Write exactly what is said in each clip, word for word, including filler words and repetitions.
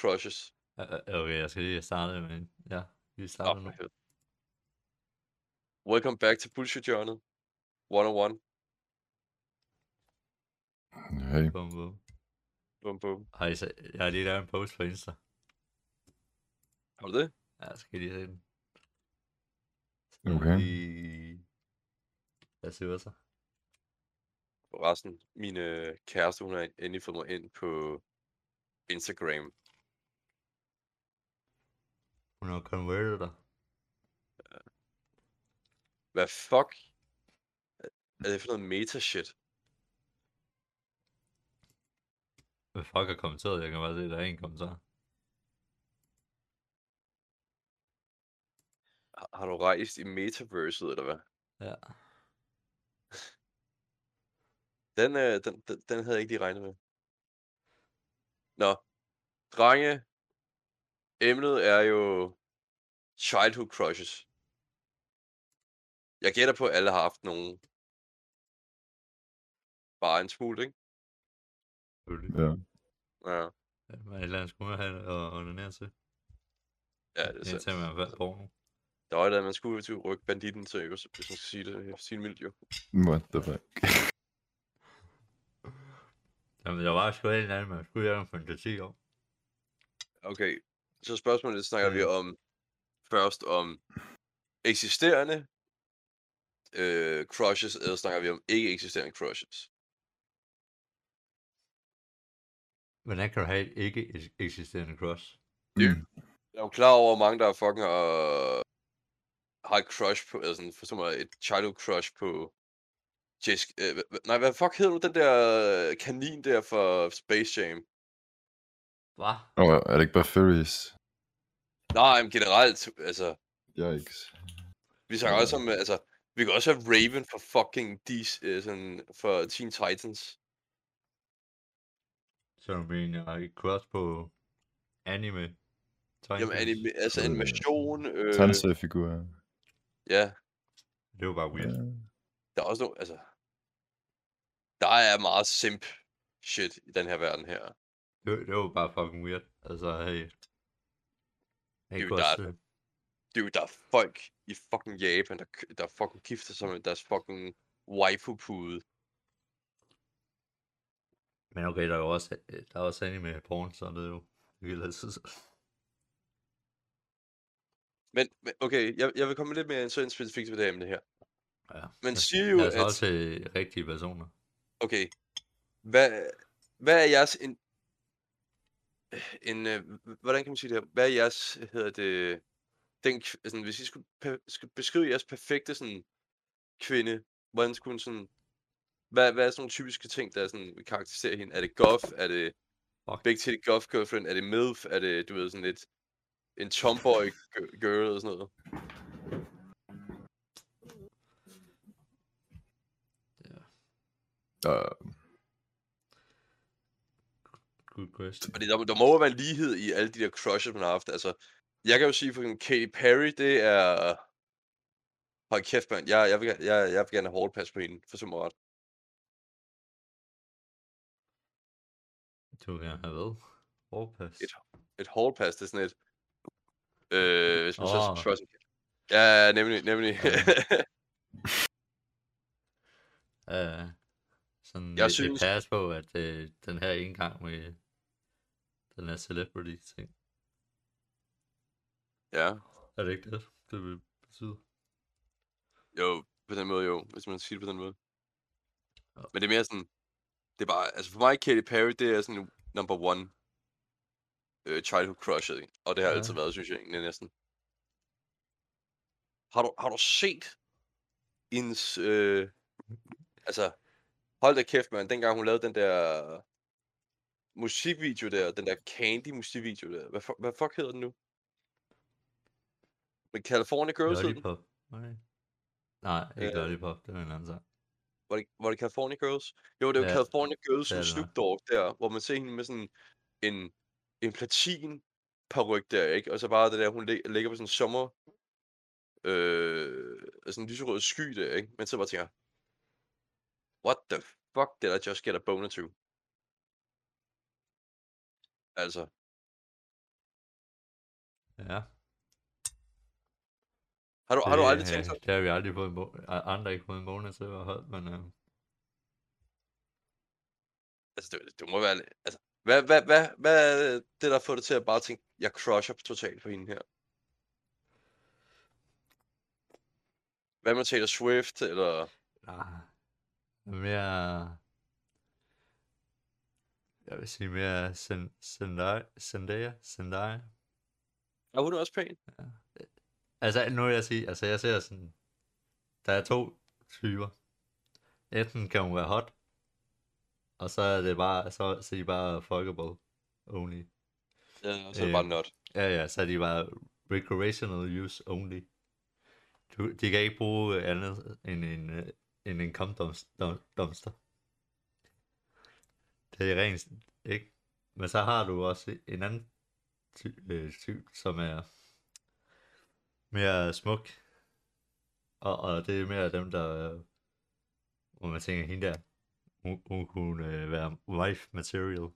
crushes. Øh, øh, Okay, jeg skal lige starte med en. Ja, vi Åh, starter for nu. helvede. Welcome back til Bullshit-hjørnet. one oh one. Hey. Bum, bum. Bum, bum. Har I se, jeg har lige lavet en post på Insta. Har du det? Ja, jeg skal lige se den. Okay. Lige... Lad os se, hvad så. Forresten, min øh, kæreste, hun har endelig fået mig ind på Instagram. Hun har converted dig. Hvad fuck er det for noget meta-shit? Hvad fuck er kommenteret? Jeg kan bare se, at der er en kommentar. Har, har du rejst i metaverset, eller hvad? Ja. Den, øh, den, den, den havde jeg ikke lige regnet med. Nå. Drenge. Emnet er jo childhood crushes. Jeg gætter på, at alle har haft nogen. Bare en smule, ikke? Selvfølgelig. Ja. Ja, Ja, men et eller andet skulle man have at onanere til. ja det er Indtil sandt. man fandt porno. Der var et, at man skulle til at rykke banditten til, hvis man skal sige det, sige det mildt jo. What the fuck? Jamen, der var sgu et eller andet, man skulle have en fantasi om. Okay, så spørgsmålet snakker vi Ja. om først om eksisterende øh, crushes, eller snakker vi om ikke eksisterende crushes? Hvordan kan du have et ikke eks- eksisterende crush? Det- Mm. Jeg er jo klar over, at mange der er fucking øh, har et crush på, eller sådan, for mig et childhood crush på Jessica, øh, hva- hva- nej, hvad fuck hedder nu den der øh, kanin der for Space Jam? Hvad? Og er det ikke bare furries? Nej, men generelt, altså, Yikes. vi snakker Ja. også om, øh, altså, vi kan også have Raven for fucking dis, øh, sådan, for Teen Titans. Så du mener et crush på anime? Jamen, Tegnefilms? anime, altså Øh, animation, øh, Tegneseriefigurer. ja, Det var bare weird. Ja. der er også nogle, altså, der er meget simp shit i den her verden her. Det, det var bare fucking weird. Altså, hey. Jeg Dude, kunne der også... er, dude, der er folk i fucking Japan, der, k- der fucking gifter sig med deres fucking waifu-pude. Men okay, der er jo også, der er også anime porn, så det er jo helt altid. Men, men okay, jeg, jeg vil komme lidt mere ind så specifikt ved det emne her. Ja. Man lad os- siger jo, Lad os holde at, til rigtige personer. okay, hvad, hvad er jeres, en, en, øh, hvordan kan man sige det her, hvad er jeres, hedder det, den, kv- sådan, hvis I skulle, pe- skulle beskrive jeres perfekte sådan, kvinde, hvordan skulle hun sådan, hvad, hvad er sådan nogle typiske ting, der sådan, vil karakterisere hende? Er det goth? Er det Fuck. big titty goth girlfriend? Er det milf? Er det, du ved, sådan lidt en tomboy g- girl eller sådan noget? Uh, Good question. Fordi der, der må jo være en lighed i alle de der crushes, man har haft. Altså, jeg kan jo sige for eksempel Katy Perry, det er... Hold kæft, mand. Jeg, jeg, vil, gerne- jeg, jeg vil gerne have hall pass på hende, for så meget. Du vil gerne have hvad? Overpass. Et, et hall pass, det er sådan et... Øh, hvis man så Åh. spørger sig... Ja, nemlig, nemlig. Uh, sådan Jeg jeg synes- synes... et pas på, at uh, den her ene gang med den her celebrity ting. Ja, Er det ikke det, det vil betyde? jo, på den måde jo, hvis man siger det på den måde. Ja. Men det er mere sådan... Det er bare... Altså for mig, Katy Perry, det er sådan number one øh, childhood crush, ikke? Og det har Ja. altid været, synes jeg egentlig næsten. Har du, har du set hendes... Øh, altså... Hold da kæft, mand. Dengang hun lavede den der musikvideo der, den der Candy musikvideo der. Hvad, fu- hvad fuck hedder den nu? Med California Girls hed den? Lollipop. Nej. Nej, ikke Øh. Lollipop, det var en anden sang. Var det, var det California Girls? Jo, det var Ja, California Girls det er med det Snoop nok. Dogg der, hvor man ser hende med sådan en, en platin paryk der, ikke? Og så bare det der, hun lig- ligger på sådan en sommer, øh, sådan en lyserød sky der, ikke? Men så bare tænker, what the fuck did I just get a boner to? Altså, Ja. Har du, Det, har du aldrig øh, tænkt sådan? det har vi aldrig fået en må- andre ikke fået en måned til at holde, men øh, Altså, det, det må være... Altså, hvad, hvad, hvad, hvad er det, der får dig til at bare tænke, jeg crusher totalt på hende her? Hvad med Taylor Swift, eller... nej, mere, jeg vil sige mere Zen- Zendaya, Zendaya, Zendaya. Er hun også pæn? Altså, nu vil jeg sige, altså jeg ser sådan, der er to typer. Enten kan hun være hot, og så er det bare, så, så er de bare fuckable only. Ja, så er det bare Øh, not. Ja, ja, så er de bare recreational use only. Du, de kan ikke bruge andet end en, øh, end en komdomster. Det er rent, ikke? Men så har du også en anden ty, øh, typ, som er mere smuk. Og, og det er mere dem, der, øh, hvor man tænker, hende der, hun, hun kunne øh, være wife material.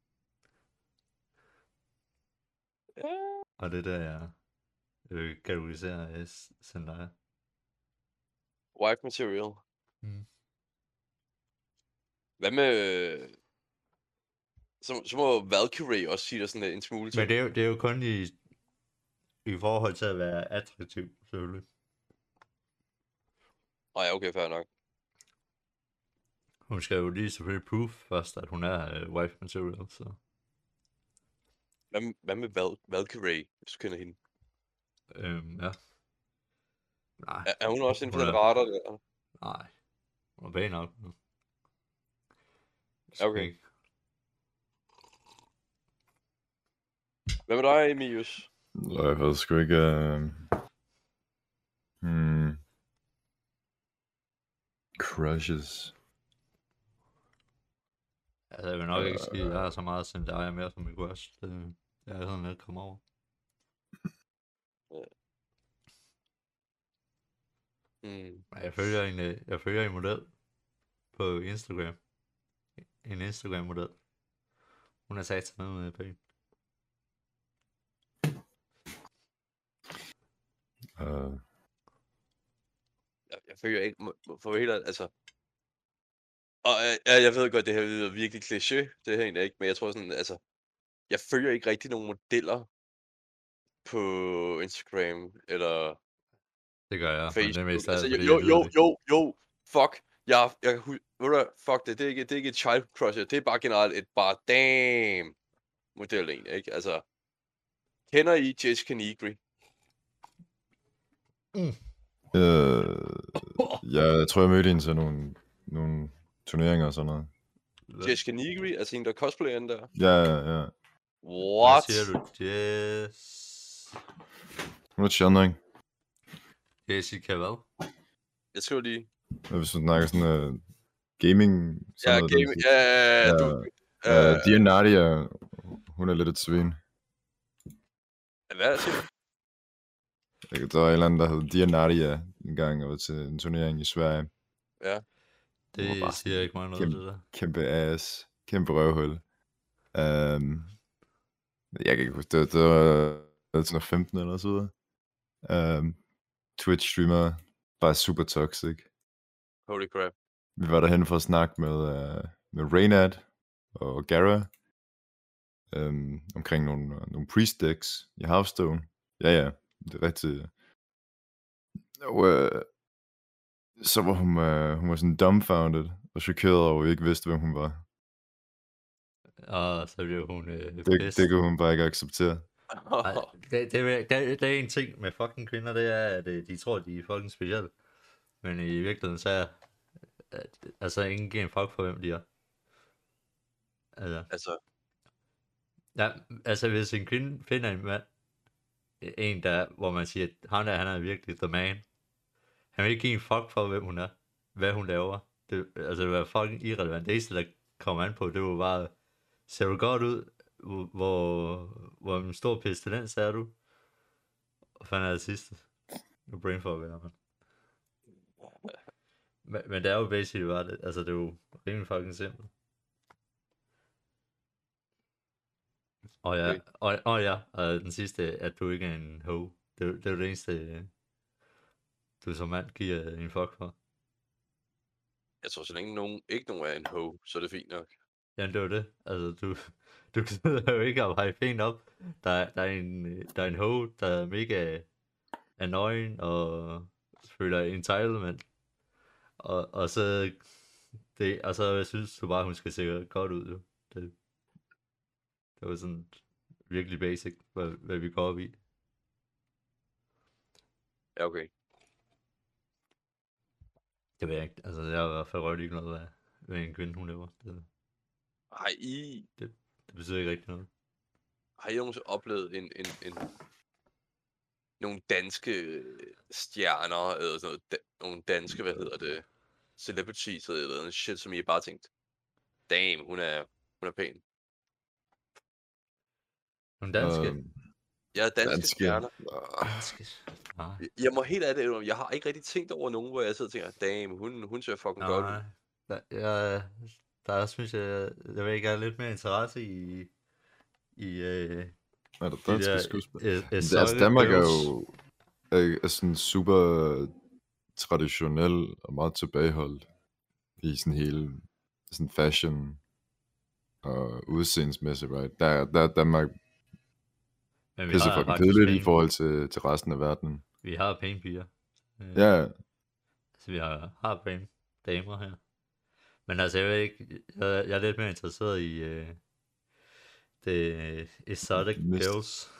Ja. Og det der, jeg øh, kategoriserer øh, Zendaya. Wife material. Mm. Hvad med... Så, så må Valkyrie også sige dig sådan en smule til. Men det er, jo, det er jo kun i, i forhold til at være attraktiv, selvfølgelig. Åh ja, okay, fair nok. Hun skal jo lige selvfølgelig proof først, at hun er uh, wife material, så... Hvad, med- hvad med Val, Valkyrie, hvis du kender hende? Øhm, ja. Nej. Er, er hun også inden for Hun den er- radar der? Nej. Hun er pæn nok. men- Ja, okay. Ikke. Hvad med dig, Emilius? Og jeg ved sgu ikke... Uh... Hmm. Crushes. Altså, jeg vil nok ikke sige, at jeg har så meget Zendaya mere som i crush. Det, det er sådan lidt komme over. Hmm. Nej, Jeg følger en, øh, jeg følger en model på Instagram. En Instagram-model. Hun er sat med med pæn. Uh, Jeg, jeg føler ikke, må- må- for helt ærligt, altså... Og øh, ja, jeg ved godt, det her lyder virkelig kliché, det her egentlig ikke, men jeg tror sådan, altså... Jeg følger ikke rigtig nogen modeller på Instagram, eller Det gør jeg, men det er Facebook. mest af Altså, alt, jo, fordi jo, jeg lyder jo, det. jo, jo, fuck. Jeg, jeg kan huske, ved du hvad, fuck det, det er ikke, det er ikke et child crusher, det er bare generelt et bare damn model egentlig, ikke? Altså, kender I Jessica Negri? uh, ja, jeg tror, jeg mødte hende til nogle, nogle turneringer og sådan noget. Hvad, Jessica Negri, altså en, der cosplayer den der. Ja, ja, ja. What? hvad siger du? Jess... Hun er channel, ikke? Jessica hvad? Jeg skriver lige. Og hvis du snakker sådan uh, gaming, sådan Ja, noget. game, ja, ja, ja, du, Uh, øh, Dia Nadia, hun er lidt et svin. hvad siger du? Der var en eller anden, der hed Dia Nadia en gang, og var til en turnering i Sverige. Ja. Det Hun var bare siger ikke mig noget, kæmpe- det der. Kæmpe ass. Kæmpe røvhul. Um, jeg kan ikke huske, det, det var det var sådan femten eller så videre. Um, Twitch streamer, bare super toxic. Holy crap. Vi var derhen for at snakke med, uh, med Reynad og Gara um, omkring nogle, nogle priest decks i Hearthstone. Ja, ja, det er rigtigt. Og uh, så var hun, uh, hun var sådan dumbfounded og chokeret over, at vi ikke vidste, hvem hun var. Og så bliver hun øh, Det, pissed. det kunne hun bare ikke acceptere. Ej, det, det, det, det, det er en ting med fucking kvinder, det er, at øh, de tror, de er fucking specielle. Men i virkeligheden, så er at, altså ingen giver en fuck for, hvem de er. Altså, Altså, ja, altså hvis en kvinde finder en mand, en der, hvor man siger, at ham der, han er virkelig the man. Han vil ikke give en fuck for, hvem hun er, hvad hun laver. Det, altså det var fucking irrelevant. Det eneste, der kom an på, det var bare, ser du godt ud, hvor, hvor, hvor en stor pestilens er du? Hvad fanden er det sidste? Nu brainfucker jeg, man. Men, men det er jo basically bare det, altså det er jo rimelig fucking simpelt. Og ja, Okay. og, og ja, og den sidste, at du ikke er en ho. Det, er- det er jo det eneste, øh, du som mand giver en fuck for. Jeg tror, så længe nogen, ikke nogen er en ho, så er det fint nok. Jamen, det var det. Altså, du, du sidder jo ikke og hype en op. Der, der, er en, øh, der er en ho, der er mega annoying og føler entitlement. Og, og så det, og så synes du bare, hun skal se godt ud. Jo. Det, det var sådan virkelig basic, hvad, hvad vi går op i. Ja, okay. Det ved jeg ikke. Altså, jeg er i hvert fald røvlig ikke noget, hvad, hvad en kvinde hun laver. Det, Har I, det betyder ikke rigtig noget. har I nogensinde oplevet en, en, en, nogle danske øh, stjerner, eller sådan noget, da, nogle danske, hvad hedder det, celebrities, eller noget shit, som I bare tænkt, damn, hun er, hun er pæn. Nogle danske. Øhm, Jeg er danske, danske. stjerner. Ah, danske. Nej. Jeg, jeg må helt af det, jeg har ikke rigtig tænkt over nogen, hvor jeg sidder og tænker, damn, hun, hun ser fucking godt ud. Nej. Der, jeg, der synes jeg, jeg vil ikke have lidt mere interesse i, i øh, er der de danske der skuespillere? øh, øh, Altså, sokke Danmark er girls. jo er, er sådan super traditionel og meget tilbageholdt i sådan hele sådan fashion og udseendsmæssigt, right? Der, der er Danmark Men vi pisse har fucking faktisk kedeligt i pæne, forhold til, til resten af verden. vi har pæne piger. Øh, Ja, Så vi har, har pæne damer her. Men altså, jeg ved ikke, jeg, jeg er lidt mere interesseret i øh, det exotic Mist. girls.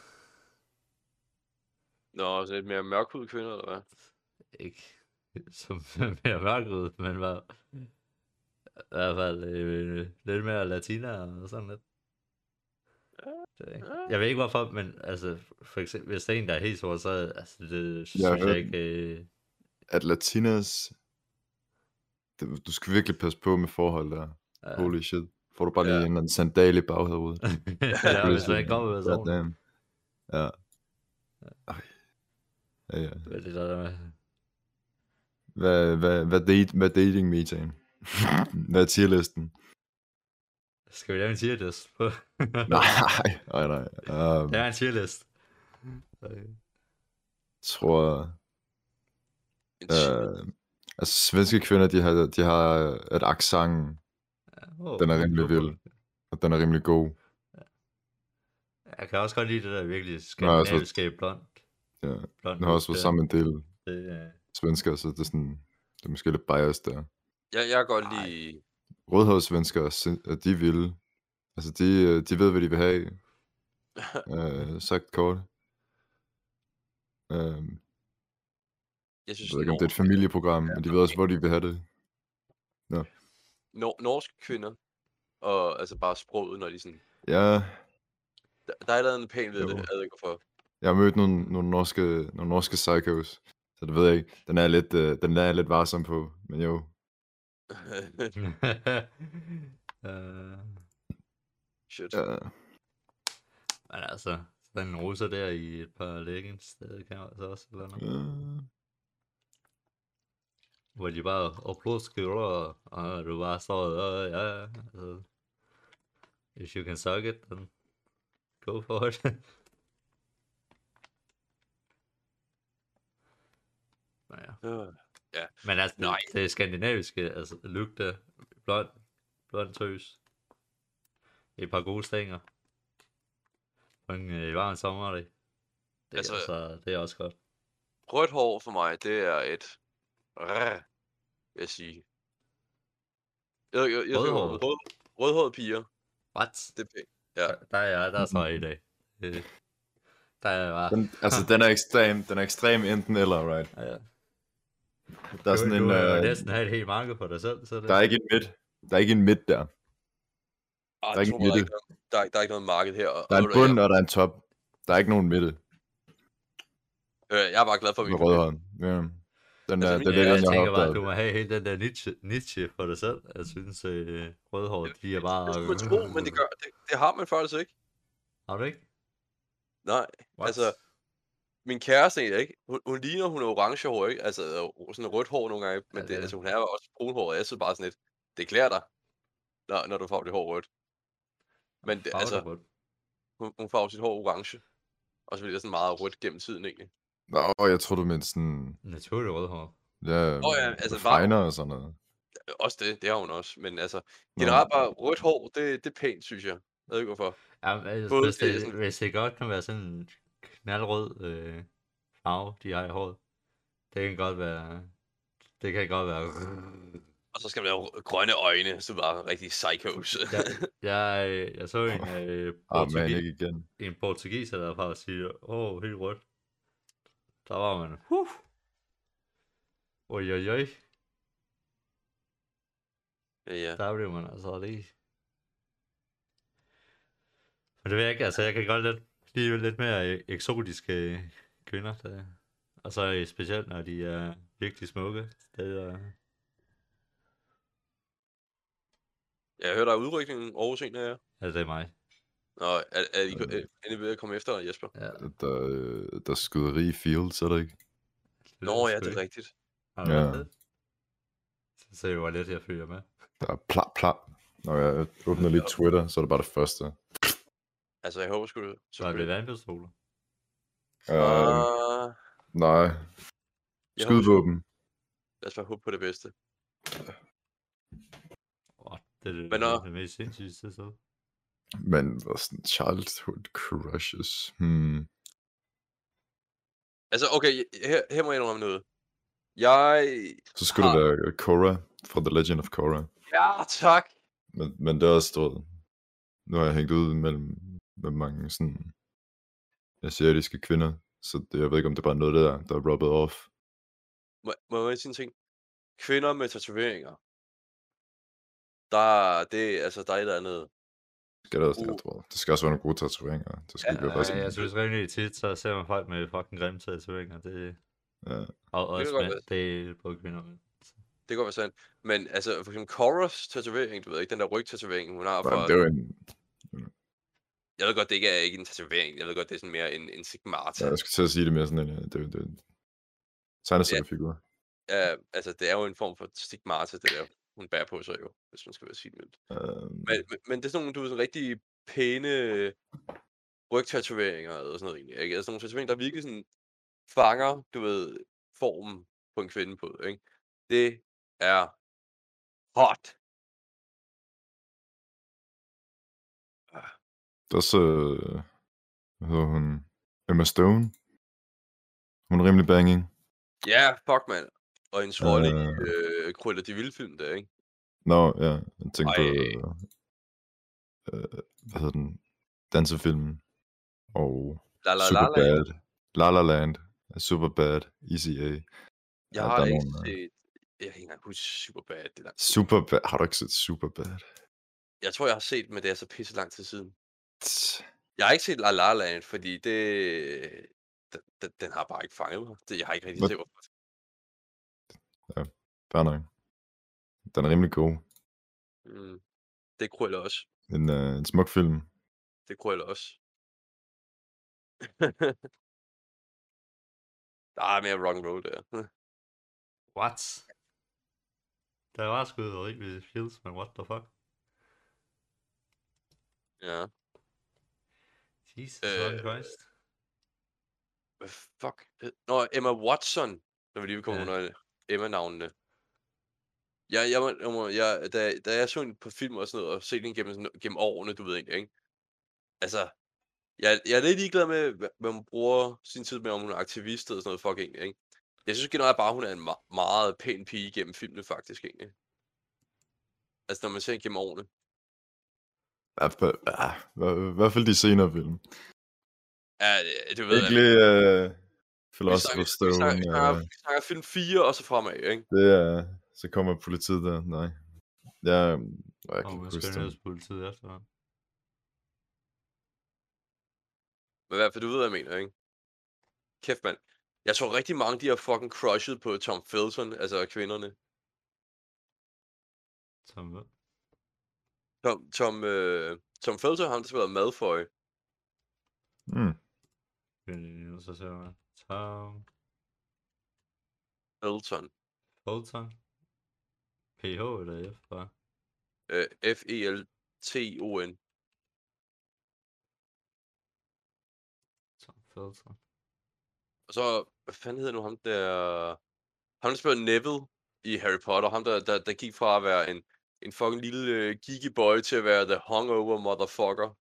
Nå, så lidt mere mørkhudede kvinder, eller hvad? Ikke som mere mørkret, men var i hvert fald øh, lidt mere latina og sådan lidt. Det ved jeg ikke. Jeg ved ikke hvorfor, men altså, for eksempel, hvis der er en, der er helt sort, så altså, det synes Jeg har jeg hørt- ikke... Øh, at latinas, det, du skal virkelig passe på med forhold der. ja. Holy shit. Får du bare lige Ja. en eller anden sandal i baghovedet. ja, hvis man ikke kommer med sådan. Goddamn. Ja. Ej. Ja, ja. Hvad er det der med? Hvad, hvad, hvad, date, hvad er dating metaen? Hvad er tierlisten? Skal vi lave en tierlist på? nej, nej, nej. Um, Det er en tierlist. Okay. tror, En shit. øh, altså svenske kvinder, de har, de har et accent, Oh, den er rimelig vild, og den er rimelig god. Jeg kan også godt lide det der virkelig altså- skandinaviske blond. Ja. blond Jeg har også været der. sammen med en del Det, øh, svensker, så det er sådan, det er måske lidt biased der. Jeg, jeg kan godt Ej. lide... Rødhårdsvensker, er sind- er de vilde. Altså, de, øh, de ved, hvad de vil have. Øh, sagt kort. Øh, Jeg synes, jeg ved ikke, om det er et norske, familieprogram, men de ved også, hvor de vil have det. nor- norske kvinder, og altså bare sproget, når de sådan... Ja, Der, der er lavet en pæn ved Jo. det, jeg ved ikke hvorfor. jeg har mødt nogle, nogle, norske, nogle norske psychos, så det ved jeg ikke. Den er jeg lidt, øh, den er jeg lidt varsom på, men jo. øh, Shit. Ja, men altså, sådan en russer der i et par leggings, det kan jeg altså også eller noget. øh, Hvor de bare oplusker, og, og du bare står og ja, ja, altså, if you can suck it, then go for it. Men ja. Øh, Men altså, Nej. det, det er skandinaviske, altså look der, blond, blond tøs. Et par gode stænger. På en øh, varm sommerdag. Det er, Altså- altså, altså, det er også godt. Rødt hår for mig, det er et... Rrr, vil jeg sige. Jeg, jeg, jeg, Rødhåret? Rød, rødhårede piger, What? det er pænt. Ja. Der, der er jeg, der er så i dag. Øh, Der er jeg bare... den, altså, den er ekstrem, den er ekstrem enten eller, right? Ja, ja. Der er sådan en, du, du øh, øh, næsten have et helt marked på dig selv, så det... der er ikke en midt. Der er ikke en midt der. Ah, Der er ikke tro en mig, der, er midte. ikke noget, der, er, der er ikke noget marked her. Og, Der er en og, bund, og der er en top. Der er ikke nogen midte jeg, øh, jeg er bare glad for, at vi med kan det. rødhånden. Ja. Den Altså, er, min- det er Ja, det, jeg den, jeg har tænker bare, at opdaget. du må have hele den der niche, niche for dig selv. Jeg synes, øh, rødhåret, de er bare... Det skulle man tro, men det, gør, det, det har man faktisk ikke. Har du ikke? Nej, What? altså, min kæreste egentlig ikke. Hun, hun ligner, hun er orange hår, ikke? Altså, øh, sådan rødt hår nogle gange. Men Ja, det, det- altså, hun er jo også brunhåret, og jeg synes bare sådan lidt, det klæder dig, når, når du får det hår rødt. Men det, altså, Farver dig på det. Hun, hun farver sit hår orange. Og så bliver det sådan meget rødt gennem tiden, egentlig. Nå, jeg tror du mente sådan... Naturlig rødhåret. Ja, Åh ja, altså med bare... fregner og sådan noget. Også det, det har hun også. Men altså, Nå, generelt bare rødt hår, det, det er pænt, synes jeg. Jeg ved ikke hvorfor. Ja, altså, Både hvis, til det, sådan... hvis det godt kan være sådan en knaldrød øh, farve, de har i håret. Det kan godt være... Det kan godt være... Og så skal man have grønne øjne, så bare rigtig psychos. Jeg, jeg, jeg så en øh, ah, man, portugis, ikke igen. en portugiser derfra og sige, åh, oh, helt rødt. Der var man, huh. Oj, oj, oj. ja, ja. Der blev man altså lige. Men det ved jeg ikke, altså jeg kan godt lidt, lide lidt mere øh, eksotiske kvinder. Der. Og så øh, specielt når de er virkelig smukke. Det er... Jeg hører, der er udrykningen Aarhus en af jer. Altså det er mig. Nå, er, er, I, er, er I ved at komme efter dig, Jesper? Ja. Der, øh, der er skyderi i Fields, er der ikke? Nå, ja, det er rigtigt. Har du Ja. været det? Så ser jeg, hvor lidt jeg følger med. Der er plap, plap. Når jeg åbner lige Twitter, så er det bare det første. Altså, jeg håber sgu det. Så er det vandpistoler. Øh, Uh, nej. jeg håber, Skydvåben. lad os bare håbe på det bedste. Åh, det er det, Men nå. det mest sindssyge sted så. Men hvad sådan childhood crushes? Hmm. Altså, okay, her, her må jeg indrømme noget. Jeg... Så skulle har... det være Korra fra The Legend of Korra. Ja, tak! Men, men det er også stået. Nu har jeg hængt ud mellem med mange sådan asiatiske kvinder. Så det, jeg ved ikke, om det er bare noget der, der er rubbet off. Må, må jeg sige en ting? Kvinder med tatoveringer. Der, det, altså, der er et eller andet... Skal det også, Uh. jeg tror. Det skal også være nogle gode tatoveringer. Det skal Ja, ikke være Ja, bare sådan. jeg synes rimelig tit, så ser man folk med fucking grimme tatoveringer. Det, Ja. og også godt mænd, være. det er både kvinder og mænd. Det kan godt være sandt. Men altså, for eksempel Korras tatovering, du ved ikke, den der rygtatovering, hun har Men for... det er jo en, Jeg ved godt, det ikke er ikke en tatovering. Jeg ved godt, det er sådan mere en, en sigmata. ja, jeg skulle til at sige det mere sådan en, det, det, det tegneseriefigur. Ja, altså, det er jo en form for stigmata, det der, hun bærer på sig jo, hvis man skal være sige det. Øhm, Men, men, men det er sådan nogle, du ved, sådan rigtig pæne rygtatoveringer eller sådan noget egentlig, ikke? Altså nogle tatoveringer, der virkelig sådan fanger, du ved, formen på en kvinde på, ikke? Det er hot. Ah, Der er så, øh, hvad hedder hun, Emma Stone. Hun er rimelig banging. Ja, fuck, mand. Og hendes rolle i Øh, øh, Cruella de Vil-film der, ikke? Nå, ja, jeg tænker på, Ej. øh, hvad hedder den, dansefilmen, og La La La Superbad, Land. La La Land, Superbad, Easy A. Jeg Ja, har der er ikke nogle, øh, set... Jeg kan ikke engang huske Superbad. Det er lang tid siden. Superbad, har du ikke set Superbad? Jeg tror, jeg har set, men det er så pisse lang tid siden. Tss, Jeg har ikke set La La Land, fordi det... Den, den, den har bare ikke fanget mig. Det, jeg har ikke rigtig Hvad? set, hvorfor. Fair nok. Den er rimelig god. Mm. Det er Cruella også. En, øh, en smuk film. Det er Cruella også. Der er mere rock'n'roll der. What? Der var sgu noget ved Fields, men what the fuck? Ja. Jesus fucking Øh, Christ. Hvad fuck? hed- Nå, Emma Watson. Når vi lige vil komme Ja. under Emma-navnene. Jeg, jeg, må- jeg, må- jeg, da, da jeg så hende på film og sådan noget, og set hende gennem, sådan- gennem årene, du ved egentlig, ikke? Altså, jeg, jeg er lidt ligeglad med, hvad, hvad hun bruger sin tid med, om hun er aktivist eller sådan noget, fuck egentlig, ikke? Jeg synes generelt bare, hun er en ma- meget pæn pige gennem filmene, faktisk, egentlig. Altså, når man ser hende gennem årene. Ja, hva- ja, hva- I hvert fald de senere film. Ja, øh, du ved, Ikke at lige uh, vi Philosopher's snakker, vi, snakker, Stone. vi, snakker, Uh, vi snakker film fire og så fremad, ikke? det er, så kommer politiet der. Nej. Ja, jeg kan Og ikke man huske skal dem. ned politiet efter ham. Men i hvert fald, du ved, hvad jeg mener, ikke? Kæft, mand. Jeg tror rigtig mange, de har fucking crushet på Tom Felton, altså kvinderne. Som hvad? Tom, Tom, øh, Tom Felton, ham der spiller Malfoy. Mm. Øh, Så ser man. Tom Felton. Fulton. P H eller F, bare. Øh, F E L T O N. Skelton. Og så, hvad fanden hedder nu ham der... Ham, der spiller Neville i Harry Potter. Ham, der, der, der gik fra at være en, en fucking lille øh, geeky boy til at være the hungover motherfucker.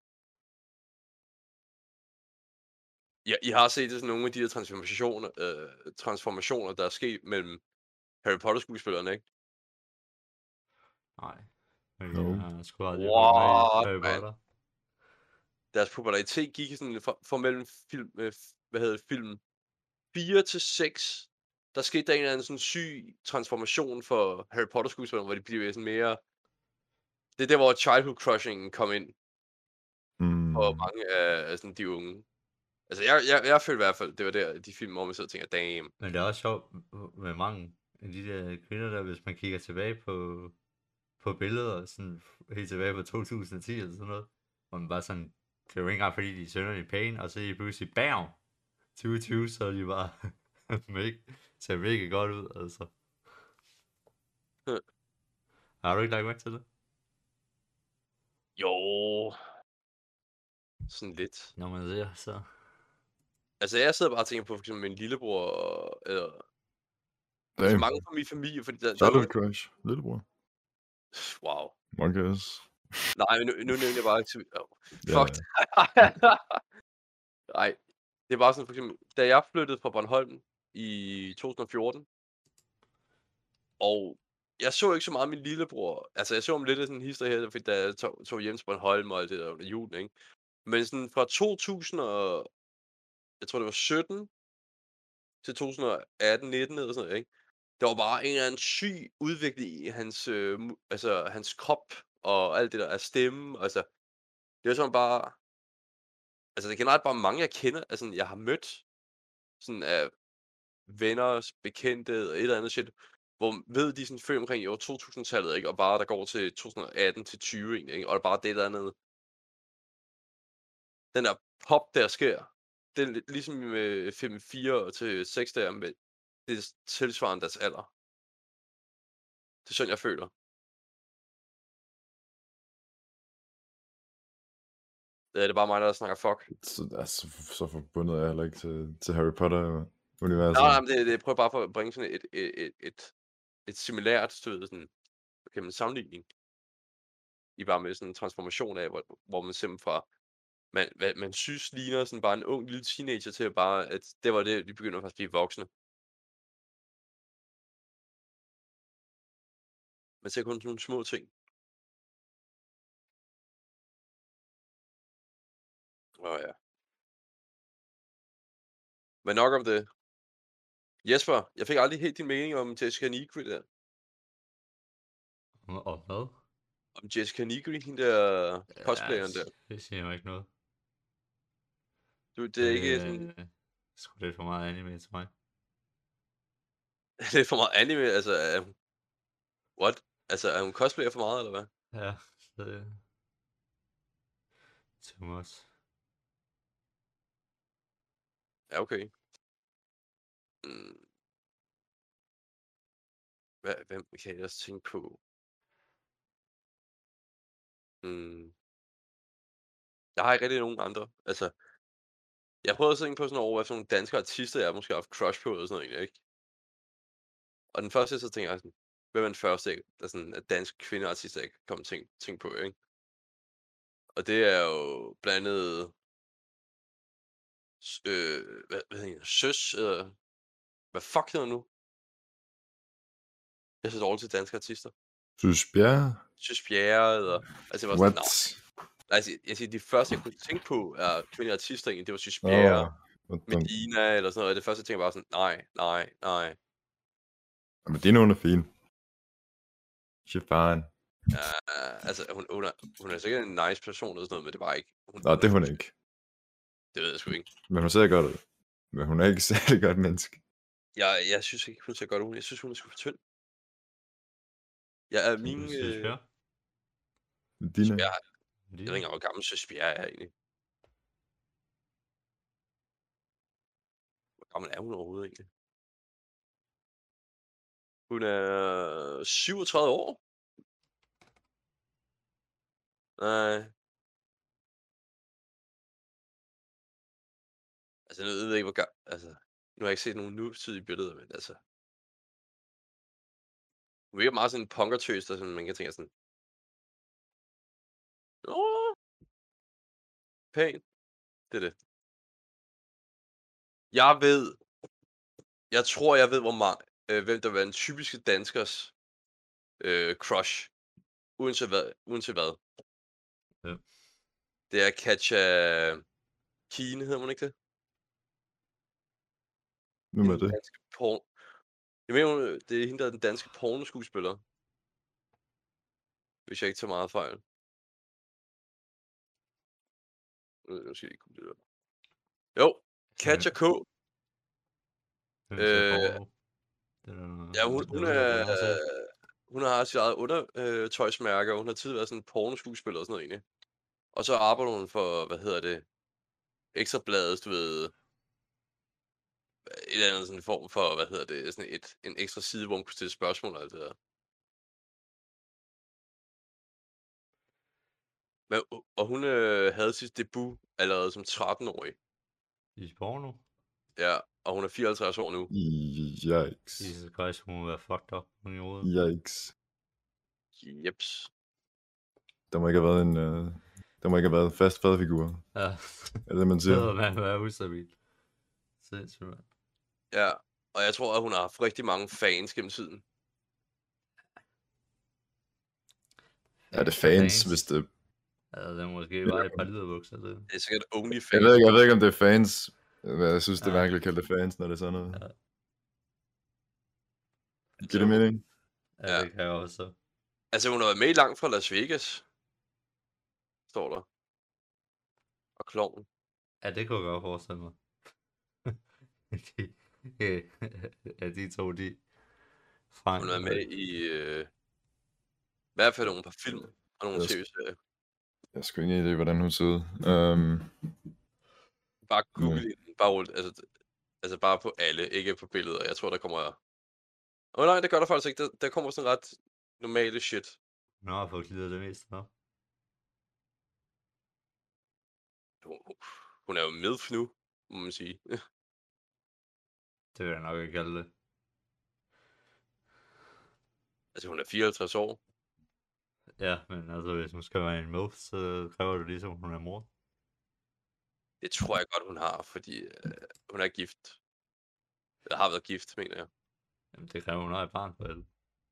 Ja, I har set det, sådan nogle af de her transformationer, øh, transformationer, der er sket mellem Harry Potter-skuespillerne, ikke? Nej. Men No. jeg har sgu aldrig fulgt med i What, Harry man? Potter. Deres popularitet gik i sådan for, for mellem film, øh, hvad hedder det, film fire til seks. Der skete der en eller anden sådan syg transformation for Harry Potter-skuespillerne, hvor de blev sådan mere... Det er der, hvor childhood crushingen kom ind for Mm. mange af, af sådan de unge. Altså, jeg, jeg, jeg følte i hvert fald, det var der, de film, hvor man sidder og tænker, damn. Men det er også sjovt med mange af de der kvinder der, hvis man kigger tilbage på, på billeder, sådan helt tilbage på to tusind og ti eller sådan noget, hvor man bare sådan, det er jo ikke engang fordi, de er sønderligt pæne, og så er de pludselig, bam, tyve tyve, så er de bare, make, ser mega godt ud, altså. Hm. Har du ikke lagt mærke til det? Jo. Sådan lidt. Når man ser, så... Altså, jeg sidder bare og tænker på for eksempel min lillebror, eller... Altså, Damn. mange fra min familie, fordi der, der er Charlotte nogen... Crush. Lillebror. Wow. Monkeys. Nej, men nu, nu nævner jeg bare ikke... Oh, Ja, fuck. ja. Nej. Det er bare sådan, for eksempel, da jeg flyttede fra Bornholm i to tusind og fjorten, og jeg så ikke så meget min lillebror. Altså, jeg så ham lidt af sådan en historie her, fordi da jeg tog, tog hjem til Bornholm og alt det der under julen, ikke? Men sådan fra to tusind og... Jeg tror, det var sytten til to tusind og atten nitten eller sådan noget, ikke? Der var bare en eller anden syg udvikling i hans, øh, mu- altså, hans krop og alt det der af stemme. Altså, det var sådan bare... Altså, det er generelt bare mange, jeg kender, altså, jeg har mødt sådan af venner, bekendte og et eller andet shit, hvor ved de sådan følger omkring i år to tusind-tallet, ikke? Og bare der går til to tusind og atten til tyve egentlig, ikke? Og det er bare det der andet. Den der pop, der sker, det er lidt ligesom med film fire til seks der, med det er tilsvarende deres alder. Det er sådan, jeg føler. Det er det bare mig, der snakker fuck. Så, altså, så forbundet er jeg heller ikke til, til Harry Potter-universet. Nej, nej, men det, det jeg prøver bare for at bringe sådan et, et, et, et, et similært stød, sådan, kan man sammenligning. I bare med sådan en transformation af, hvor, hvor man simpelthen fra, man, hvad, man synes ligner sådan bare en ung lille teenager til at bare, at det var det, de begynder faktisk at blive voksne. Man ser kun sådan nogle små ting. Åh ja. Men nok om det. Jesper, jeg fik aldrig helt din mening om Jessica Nigri der. Og hvad? Om Jessica Nigri, hende der cosplayeren der. Det siger mig ikke noget. Du, det er ikke sådan... Det er sgu lidt for meget anime til mig. Det er for meget anime, altså... Er hun... What? Altså, er hun cosplayer for meget, eller hvad? Ja, det... Too much. Ja, okay. Mm. Hvad, hvem kan jeg også tænke på? Mm. Jeg har ikke rigtig nogen andre. Altså, jeg prøvede at tænke på sådan over, hvad for nogle danske artister, jeg måske har haft crush på, og sådan noget, ikke? Og den første, så tænker jeg sådan, hvem er den første, der er sådan en dansk kvindeartist, jeg kan komme tænke, tænke på, ikke? Og det er jo blandt andet, øh, hvad, hvad hedder det, Søs, eller, hvad fuck hedder hun nu? Jeg er så dårlig til danske artister. Synes Bjerre? Søs Bjerre, eller, altså jeg var What? sådan, nej. Altså, jeg siger, de første, jeg kunne tænke på, er kvindelige artister, egentlig. Det var Søs Bjerre, Åh, Medina, eller sådan noget. Og det første, jeg tænkte bare sådan, nej, nej, nej. men det er nogen, der er fine. Shit, fine. Ja, altså, hun, hun, er, hun er sikkert en nice person, og sådan noget, men det var ikke. Hun, Nej, det er hun ikke. Det ved jeg sgu ikke. Men hun ser godt ud. Men hun er ikke særlig godt menneske. Jeg, jeg synes ikke, hun ser godt ud. Jeg synes, hun er sgu for tynd. Jeg er min... Du synes, Øh, ja? Dina. jeg, jeg ved ikke engang, hvor gammel Søs Bjerre er egentlig. Hvor gammel er hun overhovedet egentlig? Hun er syvogtredive år. Nej. Altså, jeg ved ikke, hvor gammel... Altså, nu har jeg ikke set nogen nutidige billeder, men altså... Hun virker meget sådan en punkertøs, der sådan, man kan tænke sådan... Åh, pæn. Det er det. Jeg ved... Jeg tror, jeg ved, hvor mange... Øh, hvem der var en typiske danskers øh, crush. Uanset hvad. Uanset hvad. Ja. Det er Katja Kine, hedder hun ikke det? Nu med Den det. danske porn... Jeg mener, hun- det er hende, der er den danske pornoskuespiller. Hvis jeg ikke tager meget fejl. Øh, Nu skal jeg lige kunne det der. Jo, Katja K. Hvem ser Øh, porno? Det er ja, da- hun, det hun, ved jeg, er, det har set. hun har sit eget undertøjsmærke, og hun har tidligere været sådan en pornoskuespiller og sådan noget egentlig. Og så arbejder hun for, hvad hedder det, Ekstrabladet, du ved, et eller andet sådan form for, hvad hedder det, sådan et, en ekstra side, hvor hun kunne stille spørgsmål og alt det der. Men, og hun øh, havde sit debut allerede som tretten-årig. I porno? Ja, og hun er fireoghalvtreds år nu. Yikes. Jesus Christ, hun må være fucked up. Hun i hovedet. Yikes. Jeps. Der må ikke have været en, uh, der må ikke have været en fast faderfigur. Ja. Er det, man siger? Det man være ustabil. Sindssygt, mand. Ja, og jeg tror, at hun har haft rigtig mange fans gennem tiden. Er det fans, hvis det... Altså, det er måske bare et par liderbukser. Det. Det er sikkert only Jeg fans. ved ikke, jeg ved ikke om det er fans. Men jeg synes, det er Nej. mærkeligt at kalde det fans, når det er sådan noget. Ja. Giver det mening? Ja, Ja. det kan jeg også. Altså, hun har været med i Langt fra Las Vegas. Står der. Og Klovn. Ja, det kunne jeg godt forestille mig. Ja, de to, de... Frank, Hun har været med i... Øh... I hvert fald nogle par film og nogle Yes. tv-serier. Jeg har sgu ingen idé, hvordan hun ser ud. Um, Bare google hende. Bare rundt. Altså, altså bare på alle, ikke på billeder. Jeg tror, der kommer... Åh oh, nej, det gør der faktisk ikke. Der, der kommer sådan ret normale shit. Nå, jeg har fået glidet det meste op. Hun, hun er jo med nu, må man sige. Det vil jeg nok ikke kalde det. Altså, hun er fireoghalvtreds år. Ja, men altså, hvis hun skal være en MILF, så kræver det ligesom, hun er mor. Det tror jeg godt, hun har, fordi øh, hun er gift. Eller har været gift, mener jeg. Jamen, det kræver, hun har et barn for det.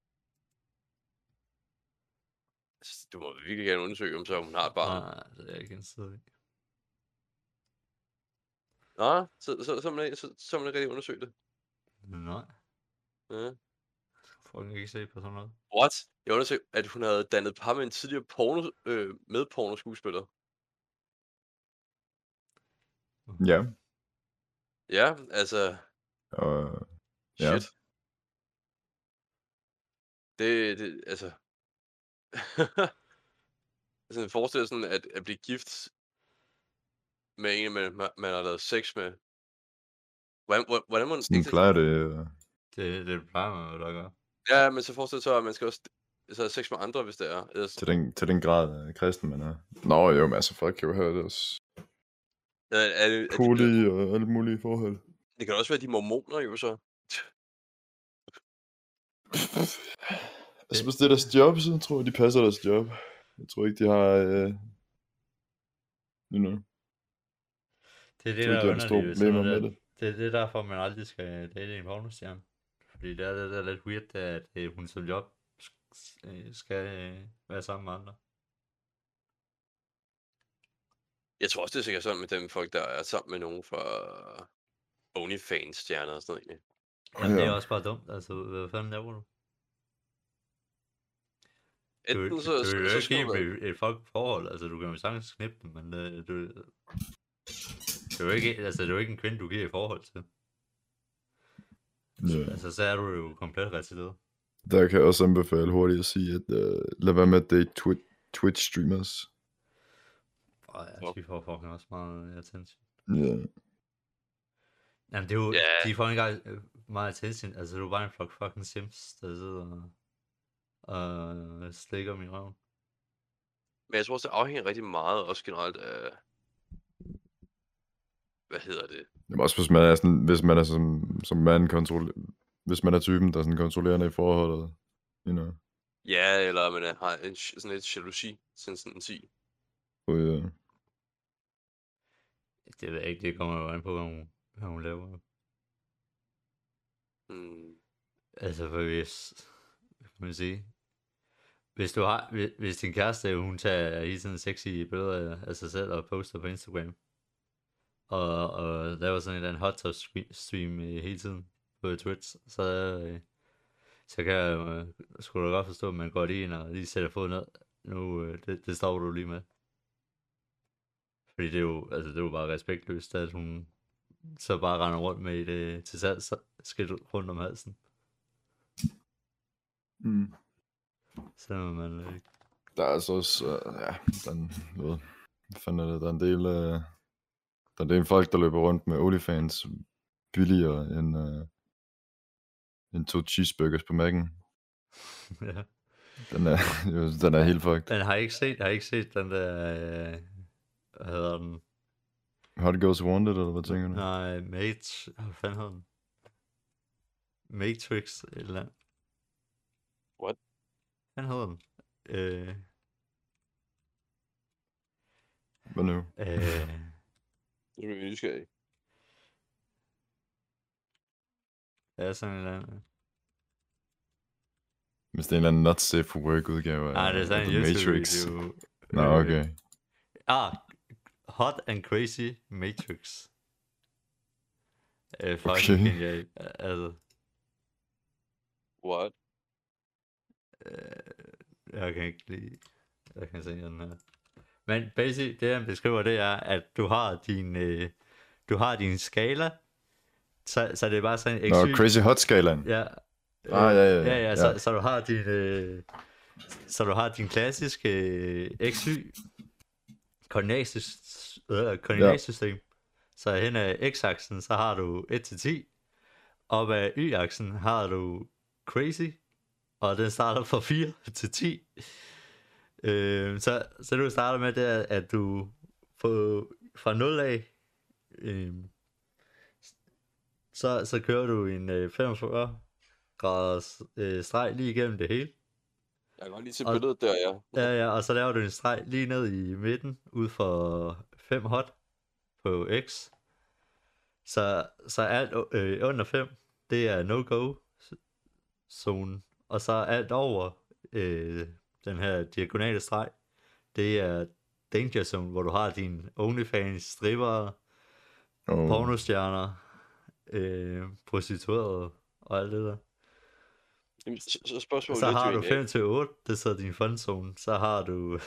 Altså, du må virkelig gerne undersøge, om så hun har et barn. Nej, det er jeg ikke interesseret i. Nå, så, så, så, man, så, så man rigtig undersøge det. Nej, Ja. får jeg ikke se på sådan noget. What? Jeg undersøgte, at hun havde dannet par med en tidligere porno, øh, med pornoskuespiller. ja. Ja, altså, Og, ja. shit. Det, det, altså... altså, jeg forestiller sådan, at, at blive gift med en, man, man, man har lavet sex med. Hvordan, hvordan, hvordan man... Sådan plejer det. øh, Det, det plejer man jo da at gøre. Ja, men så forestiller så, at man skal også så have sex med andre, hvis det er. Ellers, Til den, til den grad af kristen, man er. Nå jo, men altså folk kan jo have deres er, er, det, er de, poli og alle mulige forhold. det kan også være, de mormoner jo så. Altså hvis det er deres job, så tror jeg, de passer deres job. Jeg tror ikke, de har... Øh... You know. Det er Jeg det, tror der ikke, de er har de store underligt. ved problemer sådan med noget det. der. Det er det derfor, man aldrig skal date en pornostjerne. Fordi det er det, der er lidt weird, det er, at øh, hun som job sk- øh, skal øh, være sammen med andre. Jeg tror også, det er sikkert sådan med dem folk, der er sammen med nogen fra OnlyFans-stjerner og sådan noget egentlig. Jamen, det er Ja. også bare dumt. Altså, hvad fanden laver du? Du, Enten du, så, du så, vil så, jo skal ikke du give være- et, et folk forhold. Altså, du kan jo sagtens knippe dem, men øh, du, det er jo ikke, altså, det er jo ikke en kvinde, du giver et forhold til. Ja. Altså, så er du jo komplet retilleret. Der kan jeg også anbefale hurtigt at sige, at uh, lad være med at date twi- Twitch-streamers. Og ja, Nå. de får fucking også meget attention. Ja. Jamen, det er jo, Ja. de får ikke engang øh, meget attention. Altså, du er bare en flok fucking sims, der sidder og, og slikker min røv. Men jeg tror også, det afhænger rigtig meget også generelt af, hvad hedder det? Jamen også hvis man er sådan, hvis man er som, som mand kontrol, hvis man er typen, der er sådan kontrollerende i forholdet, you know. Ja, eller man er, har en, j- sådan et jalousi, sådan sådan en sig. Og, ja. Det ved jeg ikke, det kommer jo an på, hvad hun, hvad hun laver. Hmm. Altså, for hvis, hvad kan man sige, hvis du har, hvis, hvis din kæreste, hun tager hele tiden sexy billeder af- af sig selv og poster på Instagram, og, og laver sådan en eller anden hot tub stre- stream øh, hele tiden på Twitch, så, øh, så kan jeg øh, sgu da godt forstå, at man går lige ind og lige sætter foden ned. Nu, øh, det, det stopper du lige med. Fordi det er jo, altså det er jo bare respektløst, at hun så bare render rundt med et øh, til salg skidt rundt om halsen. Mm. Så må man øh, Der er altså også, uh, ja, der er en, hvad, hvad fanden er det, der er en del, uh, der er en del folk, der løber rundt med OnlyFans billigere end, uh, end to cheeseburgers på Mac'en. ja. Den er, den er helt fucked. Men har I ikke set, har I ikke set den der, øh, hvad hedder den? Hot Girls Wanted, eller hvad tænker du? Nej, Matrix, hvad fanden hedder den? Matrix, et eller andet. What? Hvad hedder den? Øh, Hvad nu? øh, Nu er vi nysgerrige. det er sådan et eller andet. Hvis det er en eller anden not safe for work udgave af, Nej, det er sådan af en The YouTube Matrix. video. Nå, okay. Ah, Hot and Crazy Matrix. Øh, fucking Okay. genial. Altså, What? øh, jeg kan ikke lide, jeg kan se den her. Men basic, det han beskriver, det er, at du har din, øh, du har din skala, så, så det er bare sådan en Nå, X Y. Crazy Hot skalaen. Ja. Ah, ja, ja, ja. ja, ja, så, Ja. så du har din, øh, så du har din klassiske øh, X Y koordinatsys- øh, koordinatsystem. Så hen ad x-aksen, så har du et til ti. Op ad y-aksen har du crazy, og den starter fra fire til ti. Øh, så, så du starter med, det er, at du får fra nul af, øh, så, så kører du en øh, femogfyrre graders øh, streg lige igennem det hele. Jeg kan godt lige se Og- billedet der, ja. Ja, ja, og så laver du en streg lige ned i midten, ud for fem hot på X. Så, så alt øh, under fem, det er no-go zone. Og så alt over øh, den her diagonale streg, det er danger zone, hvor du har dine OnlyFans, strippere, Oh. pornostjerner, øh, prostituerede og alt det der. Jamen, så, så Og spørgsmålet så lidt har jo du egentlig, fem til otte, det er så din fun zone. Så har du,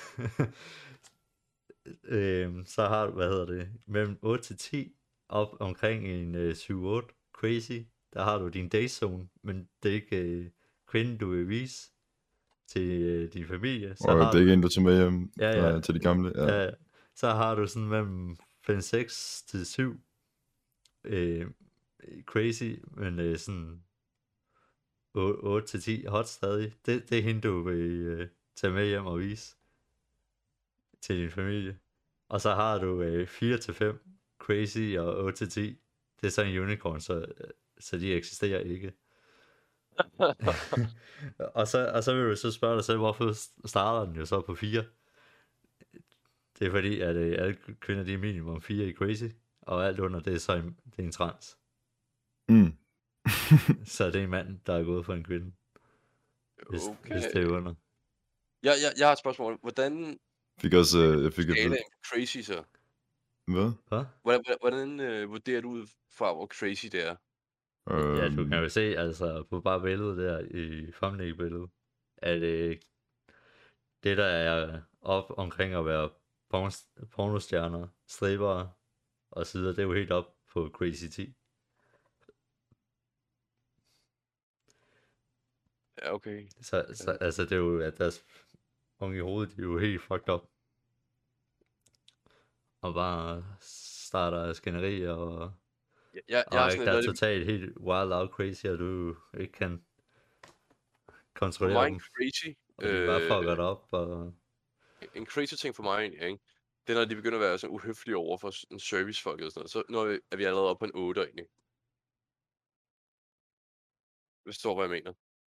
øhm, så har du, hvad hedder det, mellem otte til ti, op omkring en øh, syv otte crazy, der har du din day zone, men det er ikke øh, kvinden, du vil vise til øh, din familie. Så Og har det er du, ikke en, du tager med hjem Ja, ja. øh, til de gamle. Ja. ja, så har du sådan mellem fem seks til syv øh, crazy, men øh, sådan otte til ti hot stadig. Det, det er hende, du vil øh, tage med hjem og vise til din familie. Og så har du øh, fire til fem crazy og otte til ti. Det er så en unicorn, så, så de eksisterer ikke. og, så, og så vil du så spørge dig selv, hvorfor starter den jo så på fire? Det er fordi, at øh, alle kvinder, de er minimum fire i crazy, og alt under, det er så en, det er en trans. Mm. Så det er en mand, der er gået for en kvinde, hvis, Okay. hvis det er under. Jeg, jeg, jeg har et spørgsmål. Hvordan Fik også, øh, jeg fik et skalaen crazy så? Hvad? Hvad? Hvordan, hvordan, hvordan øh, vurderer du ud fra, hvor crazy det er? Ja, du Øhm, kan jo se, altså på bare billedet der i thumbnail-billedet, at øh, det der er op omkring at være porn- pornostjerner, stribere og så videre, det er jo helt op på crazy ti. Ja, okay. Så, så altså det er jo, at deres unge i hovedet, de er jo helt fucked up. Og bare starter skænderi og, Jeg, jeg, og jeg har ikke sådan der er noget, lidt- totalt helt wild out crazy, og du ikke kan for kontrollere mig dem. en crazy, Og de bare øh, fucker det op, og en crazy ting for mig egentlig, ikke? det er, når de begynder at være så uhøflige over for s- en servicefolk og sådan noget. Så nu er vi, er vi allerede oppe på en otte egentlig. Hvis du forstår, hvad jeg mener.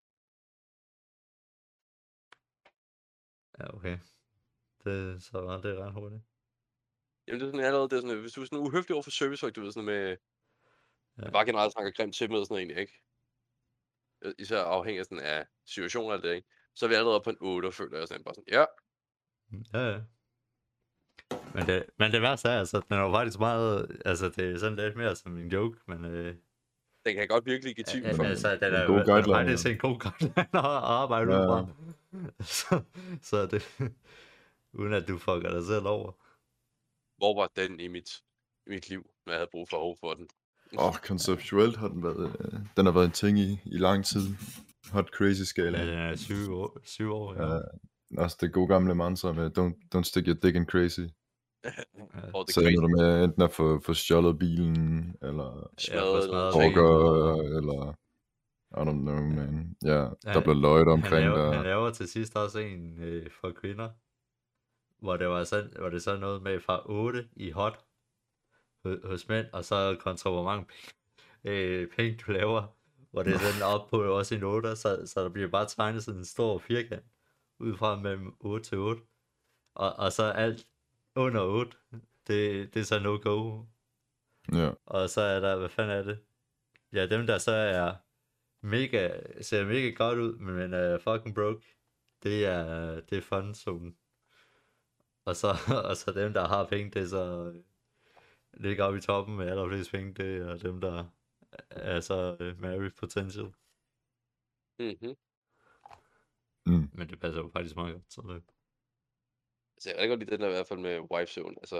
Ja, okay. Det, så var det ret hurtigt. Jamen det er sådan allerede, det er sådan, hvis du er sådan uhøflig over for servicefolk, du ved sådan med, Ja. bare generelt snakker grimt til dem og sådan noget egentlig, ikke? Øh, Især afhængig af, sådan, af situationer og det, ikke? Så er vi allerede oppe på en otte, og føler jeg sådan, bare sådan, ja, Ja, ja. Men det, men det værste er, altså, den er jo faktisk meget, altså, det er sådan lidt mere som en joke, men øh, den kan godt virke legitim al- for altså, den en er, god den er guideline, faktisk ja. en god guideline at arbejde Ja. ud fra. så, så det, uden at du fucker dig selv over. hvor var den i mit, i mit liv, når jeg havde brug for over for den. Åh, oh, konceptuelt har den været, øh, den har været en ting i, i lang tid. Hot crazy skala. Ja, den er syv år, syv år, ja. Ja. Også det gode gamle mantra med, don't, don't stick your dick in crazy. Og det Så ender du med enten at få, få stjålet bilen, eller Ja, for smadret smadret noget. bilen. stalker, eller I don't know, man. Ja, der Han- blev løjet Han omkring laver, der. han laver til sidst også en øh, for kvinder, hvor det var sådan, hvor det så noget med fra otte i hot ho- hos mænd, og så kontra hvor mange penge, øh, penge du laver, hvor det er sådan op på også en otte, så, så der bliver bare tegnet sådan en stor firkant, ud fra mellem otte til otte, og, og så alt under otte, det, det er så no-go, Ja, og så er der, hvad fanden er det? Ja, dem der så er mega, ser mega godt ud, men er fucking broke, det er, det er fun zone. Og så, og så dem, der har penge, det er så øh, ligger oppe i toppen med allerflest penge, det er dem, der er så uh, married potential. Mhm. mm. Men det passer jo faktisk meget godt, så det... Altså, jeg kan rigtig godt lide den der i hvert fald med wife zone. Altså,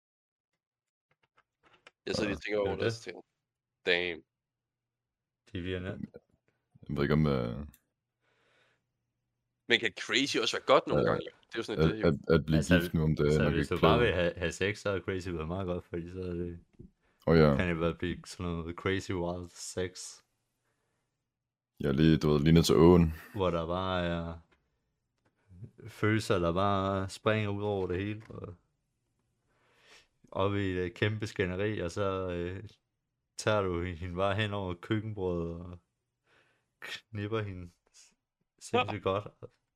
jeg sidder lige og tænker det er over det, det. og så tænker jeg, damn. De bliver net. Jeg ved ikke om, uh, Men kan crazy også være godt nogle Ja, gange? Jo? Det er jo sådan, at, det, jo. at, at blive Altså, gift nu om det er Så nok hvis ikke du bare vil klæde. have, have sex, så er crazy været meget godt, fordi så er det, Og ja, kan det bare blive sådan noget crazy wild sex, jeg er lige, du ved, lige ned til åen. hvor der bare er følelser, der bare springer ud over det hele, og op i et kæmpe skænderi, og så øh, tager du hende bare hen over køkkenbordet og knipper hende sindssygt godt,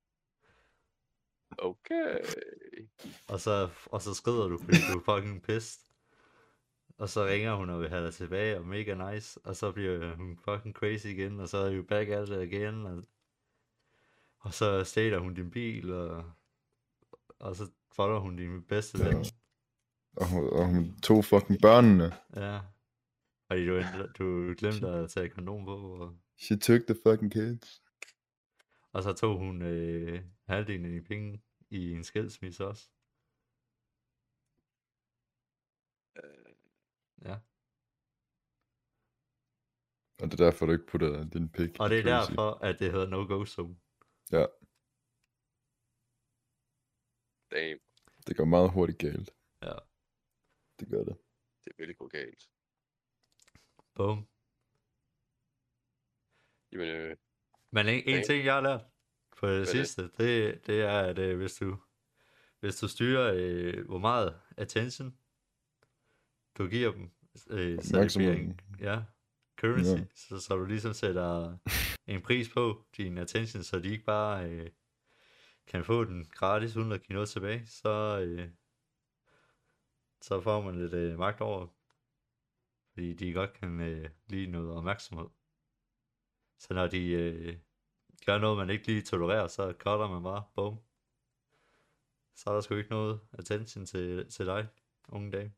Okay. og så, og så skrider du, fordi du er fucking pissed. Og så ringer hun og vil have dig tilbage, og mega nice, og så bliver hun fucking crazy igen, og så er du back at it igen, og, og så stjæler hun din bil, og, og så folder hun din bedste ven. Ja. Og, hun- og hun tog fucking børnene. Ja. Fordi du, endte- du glemte at tage kondom på, og, She took the fucking kids. og så tog hun øh, halvdelen af dine penge i en skilsmisse også. Øh, Ja. Og det er derfor, du ikke putter din pik. Og det er i crazy. derfor, at det hedder no-go zone. Ja, damn. det går meget hurtigt galt. Ja. Det gør det. Det er virkelig godt galt. Boom. Jamen, øh, Men en, en Okay. ting, jeg har lært på det er det? sidste, det, det er, at øh, hvis du hvis du styrer, øh, hvor meget attention du giver dem, øh, så det bliver en, ja, currency, Ja. så, så du ligesom sætter en pris på din attention, så de ikke bare øh, kan få den gratis, uden at give noget tilbage, så, øh, så får man lidt øh, magt over, fordi de godt kan øh, lide noget opmærksomhed. Så når de øh, gør noget, man ikke lige tolererer, så cutter man bare, bum. Så er der sgu ikke noget attention til, til dig, unge dame.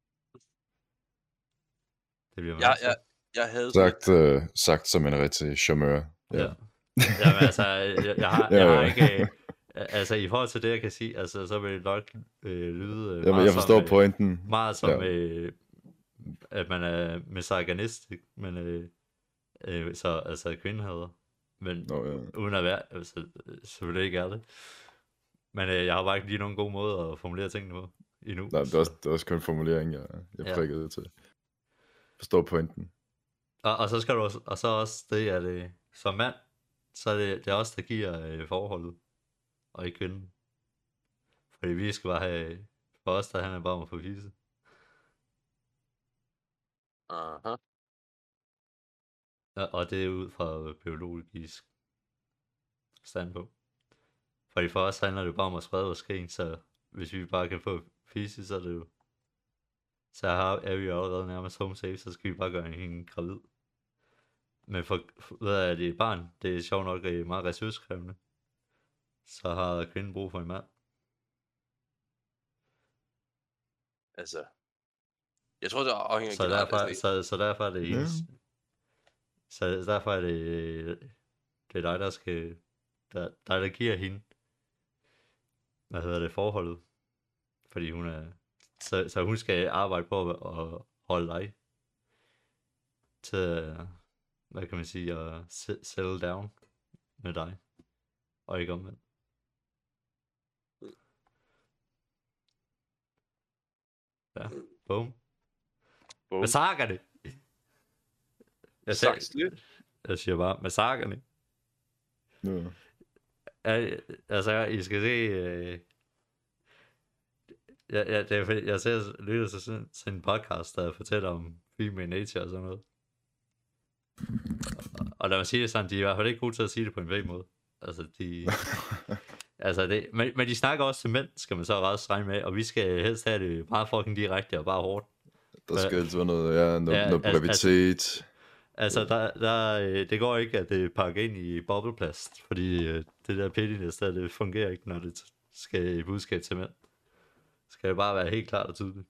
Det bliver man jeg, nødt til. jeg, jeg havde sådan Sagt, øh, sagt som en rigtig charmeur. Ja. Ja. Jamen altså, jeg, jeg, har, Ja, jeg har ja. ikke... øh, Altså, i forhold til det, jeg kan sige, altså, så vil det nok øh, lyde øh, Jeg, meget jeg forstår som, øh, pointen. meget som, Ja. øh, at man er misogynistisk, men øh, øh, så, altså kvindehader. Men Nå, ja. uden at være, altså, øh, selvfølgelig ikke er det. Men øh, jeg har bare ikke lige nogen god måde at formulere tingene på endnu. Nej, det er, også, det er også kun en formulering, jeg, jeg Ja. prikkede det til. Forstår pointen. Og, og så skal du også, og så også det, at øh, som mand, så er det, det er også der giver øh, forholdet, og ikke kvinden. Fordi vi skal bare have For os, der handler det bare om at få fisse. Aha. Og, og det er ud fra biologisk standpunkt. Fordi for os handler det bare om at sprede vores gen, så hvis vi bare kan få fisse, så er det jo... Så har, er vi jo allerede nærmest home safe, så skal vi bare gøre hende gravid. Men for, for hvad er det et barn? Det er sjovt nok øh, meget ressourcekrævende. Så har kvinden brug for en mand. Altså, jeg tror, det afhænger Så generelt derfor, af så, så derfor er det Ja. ens. Så derfor er det, det er dig, der skal, der, dig, der giver hende, hvad hedder det, forholdet. Fordi hun er, så, så hun skal arbejde på at, at holde dig til, hvad kan man sige, at se- settle down med dig, og ikke omvendt. Ja, boom. Boom. Massakerne! Jeg, Sagt siger, lidt. jeg siger bare, massakerne. Ja. Ja, altså, I skal se... Øh... Ja, ja, det er fordi, jeg ser lytter til sådan, sådan en podcast, der fortæller om female nature og sådan noget. Og, og lad mig sige det sådan, de er i hvert fald ikke gode til at sige det på en væg måde. Altså, de... altså, det... Men, men de snakker også til mænd, skal man så også regne med, og vi skal helst have det meget fucking direkte og bare hårdt. Der skal altid være noget, ja, noget, Ja, noget altså- brevitet. Altså, der, der, øh, det går ikke, at det pakker ind i bobleplast, fordi øh, det der pettiness der, det fungerer ikke, når det skal i budskab til mænd. Det skal bare være helt klart og tydeligt.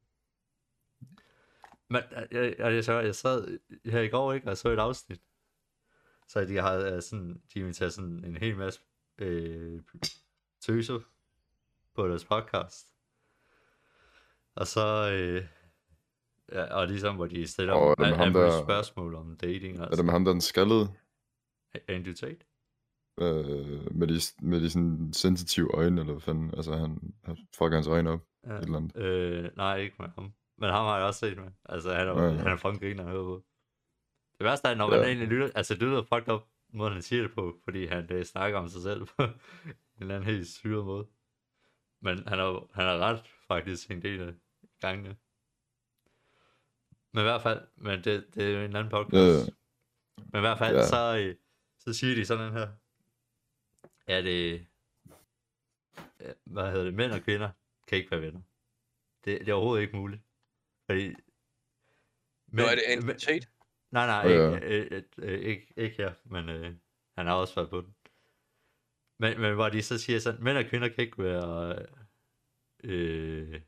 Men øh, jeg, jeg, jeg, så, jeg sad her i går, ikke, og så et afsnit. Så de har øh, sådan, de inviterer sådan en hel masse øh, tøser på deres podcast. Og så... Øh, ja, og ligesom hvor de stiller Og er det med alle ham, mulige der- spørgsmål om dating. Er det med ham, der er den skaldede? Andrew Tate? Øh, med de, med de sådan sensitive øjne, eller hvad fanden? Altså, han, han fucker hans øjne op. Ja. Et eller andet. Øh, nej, ikke med ham. Men ham har jeg også set med. Altså, han er, Ja, ja, ja. han er fucking griner at høre på. Det værste er, når man Ja. egentlig lytter... Altså, det lyder fucked up, måden han siger det på, fordi han øh, snakker om sig selv på en eller anden helt syret måde. Men han er, han er ret, faktisk, en del af gangene. Men i hvert fald, men det, det er jo en anden podcast. Ja, ja. Men i hvert fald, Ja. så, øh, så siger de sådan her, at øh, ja, hvad hedder det, mænd og kvinder kan ikke være venner. Det, det er overhovedet ikke muligt. Fordi... Nå, er det mænd- Andrew mænd- Tate? Nej, nej, Åh, ikke, ja. øh, øh, øh, ikke, ikke her, men øh, han har også været på den. Men, men hvor de så siger sådan, mænd og kvinder kan ikke være... Øh,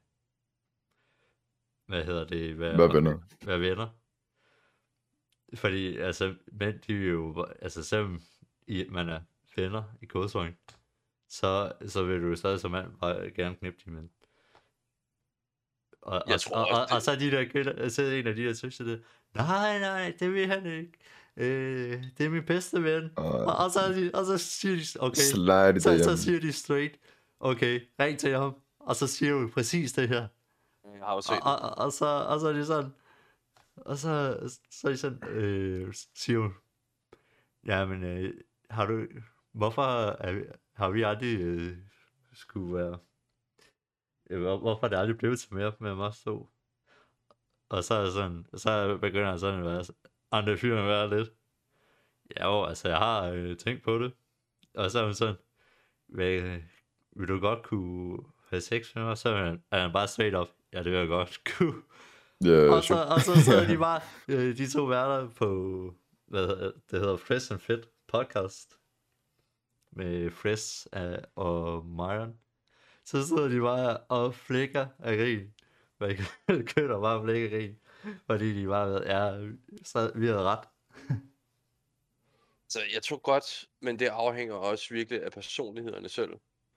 hvad hedder det? Være, Hvad venner? være venner. Fordi, altså, mænd, de er jo... Altså, selvom I, man er venner i kodsøjne, så, så vil du jo stadig som mand bare gerne knippe de mænd. Og, Jeg og, tror og, også, og, det- og, så er de der kvinder, så er en af de der tøser der, nej, nej, det vil han ikke. Øh, det er min bedste ven. Og Og, og, så, er de, og så siger de, okay, slide det så, så derhjemme. siger de straight, okay, ring til ham, og så siger du præcis det her. Jeg har jo set Og, og, og, og, så, og så er de sådan, og så, så er de sådan, øh, siger hun, jamen, øh, har du, hvorfor er, vi- har vi aldrig øh, skulle være, øh, hvor- hvorfor er det aldrig blevet til mere med os to? Og så er jeg sådan, så begynder jeg sådan at være, andre fyren at være lidt, ja jo, altså jeg har øh, tænkt på det, og så er hun sådan, vil, vil du godt kunne have sex med mig? Så er han, er han bare straight up, ja det vil jeg godt kunne. Ja, Og så, sure. og så sidder de bare, øh, de to værter på, hvad hedder, det hedder Fresh and Fit podcast, med Fresh uh, og Myron. Så sidder de bare og flækker af grin. Man kører bare flækker af grin, fordi de bare ved, ja, så vi havde ret. Så jeg tror godt, men det afhænger også virkelig af personlighederne selv.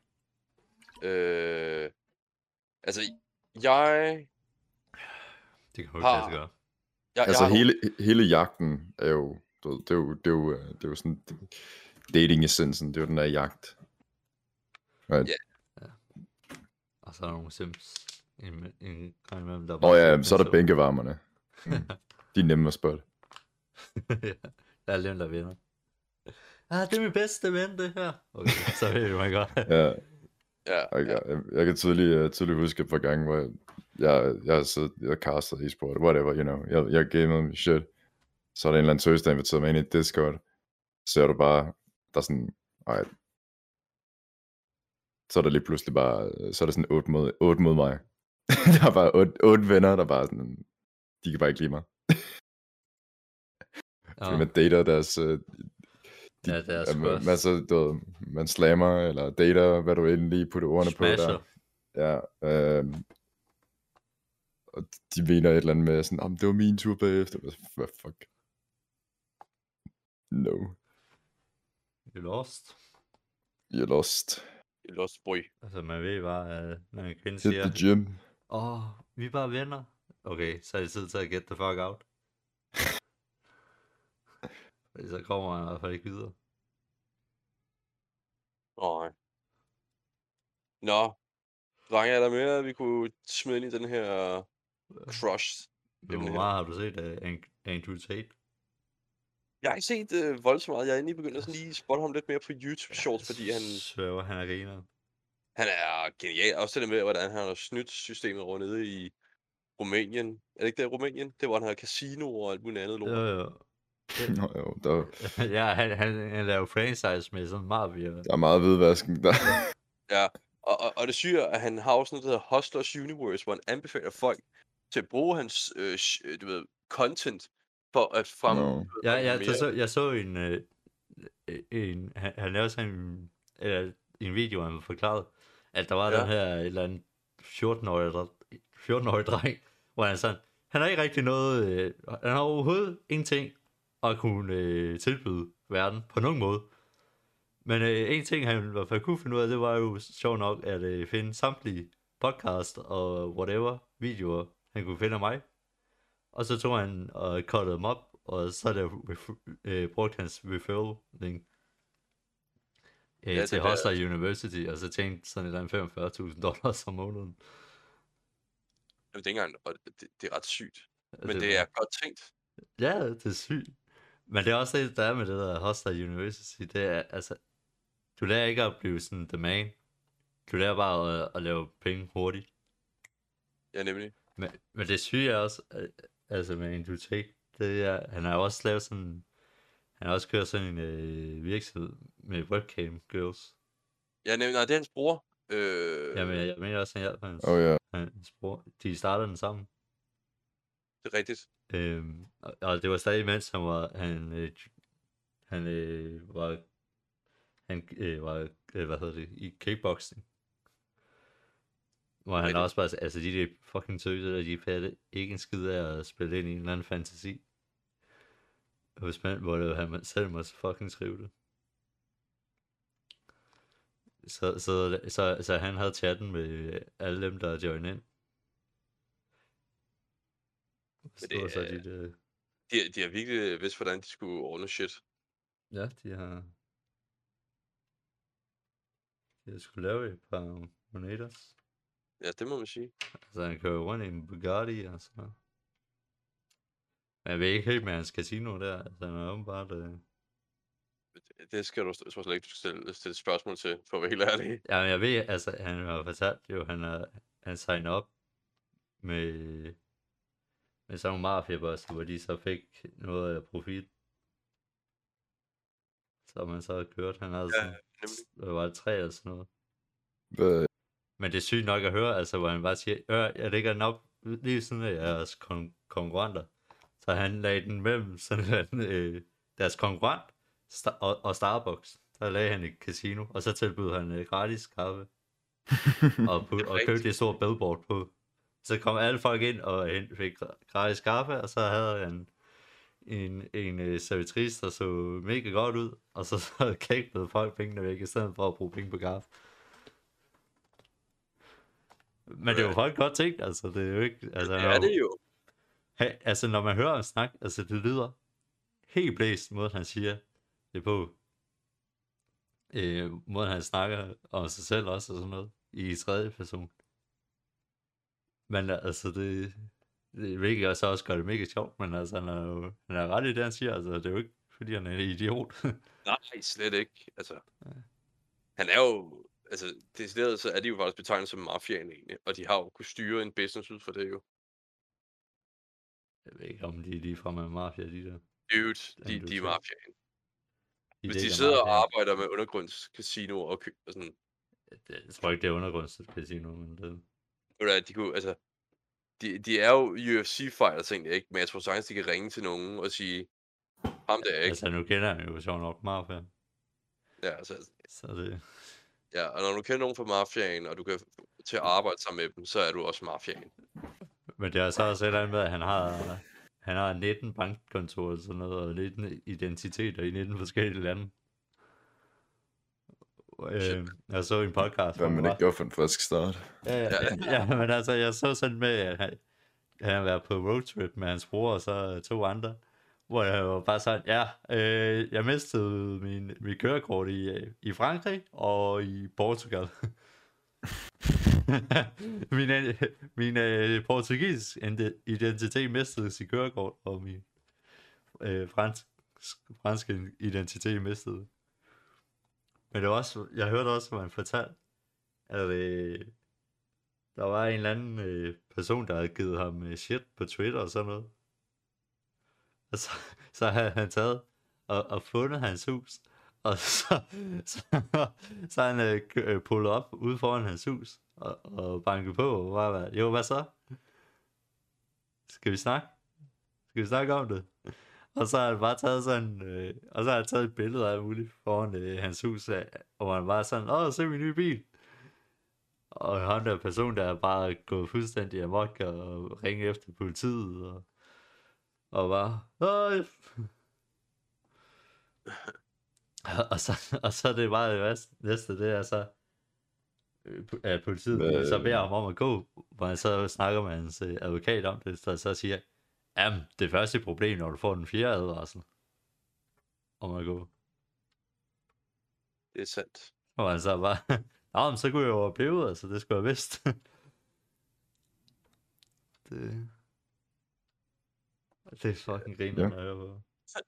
Øh, altså, jeg... Det kan jo ikke Har- lade sig gøre. jeg, Altså jeg har hele, hele jagten er jo, du ved, det er jo, det er jo, øh, det er jo sådan dating-essensen, det er jo den der jagt. Right? Ja. Og så er der nogle sims en, en gang imellem, der Nå bare ja, siger, så er der "Men bænkevarmerne. Mm. De er nemme at spotte. Ja, der er dem, der vinder. Ah, det er min bedste ven, det her. Okay, så ved du, man godt. Ja. Ja, Og ja. jeg, jeg kan tydeligt, uh, tydeligt huske et par gange, hvor jeg, jeg, jeg har siddet og castet e-sport, whatever, you know. Jeg, jeg gamede min shit. Så er der en eller anden tøs, der inviterer mig ind i et Discord. Så er du bare, der er sådan, alright. Så er der lige pludselig bare, så er der sådan otte mod, otte mod mig. Der er bare otte, otte venner, der bare sådan, de kan bare ikke lide mig. Fordi Ja, man dater deres, øh, de, ja, det er øh, sgu man, også. så, du ved, man slammer, eller dater, hvad du end lige putter ordene på der. Smasher. Ja, øh, og de mener et eller andet med sådan, om det var min tur bagefter. Hvad fuck? No, You lost. you're lost. I Lost Boy. Altså, man ved bare, at når en kvinde Hit siger, the gym. åh, oh, vi er bare venner. Okay, så er det tid til at get the fuck out. Fordi så kommer man i hvert fald ikke videre. Nej. Nå. Drenge, er der mere, vi kunne smide ind i den her crush? Hvor emne her? meget har du set af Andrew Tate? Jeg har ikke set øh, voldsomt meget. Jeg er lige begyndt at sådan lige spotte ham lidt mere på YouTube Shorts, fordi han, Sværger, han er griner. han er genial. Også det med, hvordan han har snydt systemet rundt nede i Rumænien. Er det ikke det, Rumænien? Det var han havde casino og alt muligt andet lort. Jo, jo. Nå, jo, der, Ja, han, han, han laver franchise med sådan mafia. der er meget hvidvasken der. Ja, og, og, og det syge er, at han har også noget, der hedder Hustlers Universe, hvor han anbefaler folk til at bruge hans, øh, sh- øh, du ved, content for at frem... Nå. Ja, ja, mere. så, så, jeg så en, øh, en han, han lavede sådan en, eller, en video, hvor han forklarede, at der var Ja. den her et eller andet fjorten-årig, dre- fjorten-årig dreng, hvor han sådan, han har ikke rigtig noget, øh, han har overhovedet ingenting at kunne øh, tilbyde verden på nogen måde. Men øh, en ting, han i hvert fald kunne finde ud af, det var jo sjovt nok, at øh, finde samtlige podcast og whatever videoer, han kunne finde af mig. Og så tog han og cuttede dem op, og så der ref- øh, brugte hans referral link øh, Ja, til det der- Hustler University, og så tjente sådan et eller andet femogfyrre tusind dollars om måneden. Jeg ved ikke engang, og det, det er ret sygt. Altså, Men det er godt tænkt. Ja, det er sygt. Men det er også det, der er med det der Hustler University, det er, altså, du lærer ikke at blive sådan the man. Du lærer bare at, at lave penge hurtigt. Ja, nemlig. Men, men det syge er også, at- altså med Andrew Tate, det er, han har også lavet sådan, han har også kørt sådan en øh, virksomhed med webcam girls. Ja, nemlig. Nej, det er hans bror. Øh, Jamen, jeg, jeg mener også, han hjælper hans, Åh ja. hans bror. De startede den sammen. Det er rigtigt. Øhm, og, og det var stadig mens han var, han, øh, han øh, var, han øh, var, øh, hvad hedder det, i kickboxing. Hvor han Rigtigt. også bare, altså de der fucking tøser, der de fatter ikke en skid af at spille ind i en eller anden fantasi. Hos mand, hvor det, han selv må fucking skrive det. Så, så, så, så han havde chatten med alle dem, der joined ind. Så det var så er- de der, De, de har virkelig vidst, hvordan de skulle ordne shit. ja, de har, de har skulle lave et par moneters. Ja, det må man sige. Altså han kører rundt i en Bugatti og sådan noget. Men jeg ved ikke helt med hans casino der, altså han er åbenbart, øh... Det, det skal du, jeg tror slet ikke, du skal stille, stille spørgsmål til, for at være helt ærlig. Ja, men jeg ved, altså han har fortalt jo, han er, han signede op med, med sådan nogle mafia-boss, hvor de så fik noget af profit. Så man så kørt, han havde Ja, sådan, nemlig. hvad var det, tre eller sådan noget. Hvad, Men det er sygt nok at høre, altså hvor han bare siger, øh, jeg ligger den op lige ved siden af jeres kon- konkurrenter. Så han lagde den mellem sådan en, øh, deres konkurrent Star- og, og Starbucks. Så lagde han et casino, og så tilbød han øh, gratis kaffe. og, på, og købte et stort billboard på. Så kom alle folk ind og hen- fik gratis kaffe, og så havde han en, en uh, servitrice, der så mega godt ud, og så, så kægtede folk pengene væk, i stedet for at bruge penge på kaffe. Men det var faktisk godt tænkt, altså det er jo ikke, altså, Det er det jo. Hey, altså når man hører ham snakke, altså det lyder helt blæst, måden han siger det på. Øh, måden han snakker om sig selv også og sådan noget, i tredje person. Men altså det, det hvilket også også gør det mega sjovt, men altså han er jo, han er ret i det han siger, altså det er jo ikke fordi han er en idiot. Nej, slet ikke. Altså, han er jo, altså, decideret så er de jo faktisk betegnet som mafiaen egentlig, og de har jo kunnet styre en business ud for det jo. Jeg ved ikke, om de er lige fremme med mafia, de der. Dude, Den de, du de er tænker. mafiaen. De Hvis de ligger sidder og mafiaen. arbejder med undergrundscasinoer og, kø- og sådan, Det- Jeg tror ikke, det er undergrundscasino, men det... ved du hvad, de kunne, altså, de, de er jo U F C-fighters egentlig, ikke? Men jeg tror sagtens, de kan ringe til nogen og sige, ham der, ikke? Altså, nu kender jeg jo sjovt nok mafia. Ja, altså, Så det... ja, og når du kender nogen fra mafiaen, og du kan f- til at arbejde sammen med dem, så er du også mafiaen. Men det er så også et eller andet med, at han har, han har nitten bankkontorer og sådan noget, og nitten identiteter i nitten forskellige lande. Øh, jeg så en podcast, Hvad hvor man han ikke gør for en frisk start. Ja, ja, ja, men altså, jeg så sådan med, at han, han har været på roadtrip med hans bror og så to andre, hvor jeg var bare sådan, ja, øh, jeg mistede min, min kørekort i, i Frankrig og i Portugal. min min øh, portugisisk identitet mistede sit kørekort, og min øh, fransk, franske identitet mistede. Men det var også, jeg hørte også, hvor han fortalte, at øh, der var en eller anden øh, person, der havde givet ham øh, shit på Twitter og sådan noget. Og så, så havde han taget og, og fundet hans hus, og så, så, så han øh, kø- øh, pullet op ude foran hans hus, og, og banket på, og bare været, jo, hvad så? Skal vi snakke? Skal vi snakke om det? Og så har han bare taget sådan, øh, og så har han taget et billede af muligt foran øh, hans hus, af, og han bare sådan, åh, se min nye bil. Og han der person, der er bare gået fuldstændig amok og ringe efter politiet, og, og bare, åh. og, så, og så er det bare det værste- næste, det er så, øh, at politiet Hvad- så beder ham om at gå, hvor han så snakker med hans øh, advokat om det, så så siger, jamen, det første problem, når du får den fjerde advarsel om at gå. Det er sandt. Og han så bare, nå, men så kunne jeg jo have blevet, altså, det skulle jeg vidst. det... Det er fucking griner, Ja. når jeg hører på.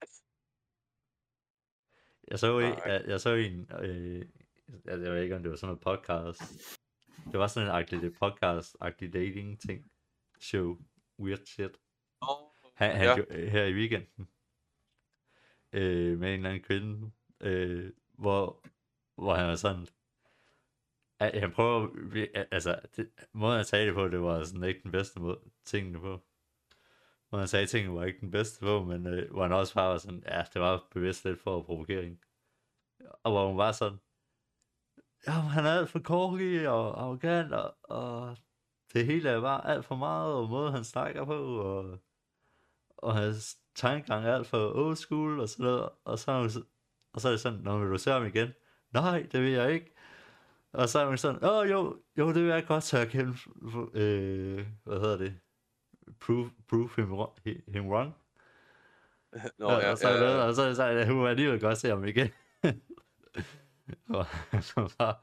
Jeg så, en, Nej. jeg, jeg så en, øh, jeg, jeg ved ikke, om det var sådan noget podcast. Det var sådan en agtig podcast-agtig dating-ting. Show. Weird shit. Oh, Han, han ja. ja. Her i weekenden. Øh, med en eller anden kvinde. Øh, hvor, hvor han var sådan, at han prøver, altså, det, måden han sagde det på, det var sådan ikke den bedste måde, tingene på. Måden han sagde tingene var ikke den bedste på, men øh, hvor han også bare var sådan, ja, det var bevidst lidt for provokering. Og hvor hun var sådan, ja, han er alt for korkig og arrogant, og, og det hele er bare alt for meget, og måden han snakker på, og, og hans tankegang er alt for old school, og sådan noget, og så, er hun så- og så er det sådan, når vil du se ham igen? Nej, det vil jeg ikke. Og så er man sådan, åh jo, jo, det vil jeg godt tage kendt, øh, hvad hedder det? Prove, prove him, wrong- him wrong. Nå, og, ja, og så ja, er det, ja. og så er det sådan, at hun vil alligevel godt se ham igen. og så bare,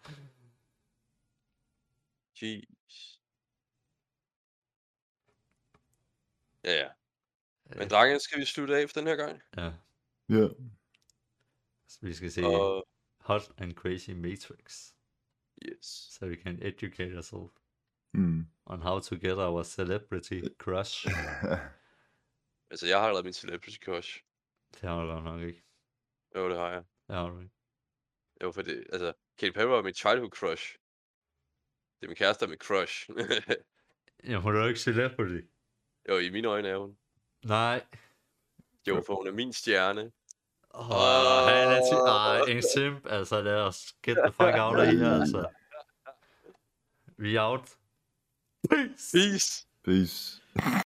Jeez. Ja, ja. Men drenge, skal vi slutte af for den her gang? ja, Ja. så vi skal se Og Hot and Crazy Matrix, yes. så vi kan educate ourselves Mm. on how to get our celebrity crush. Altså, jeg har allerede min celebrity crush. Det har du godt nok ikke. Jo, det har jeg. Det har du ikke. Jo, for det, altså, Katy Perry var mit childhood crush. Det er min kæreste, der er mit crush. Ja, hun er jo ikke celebrity. Jo, i mine øjne er hun. Nej. Jo, for hun er min stjerne. Åh, oh, han er til... Ej, en simp, altså lad os get the fuck out af her, altså. Vi er out. Peace. Peace! Peace.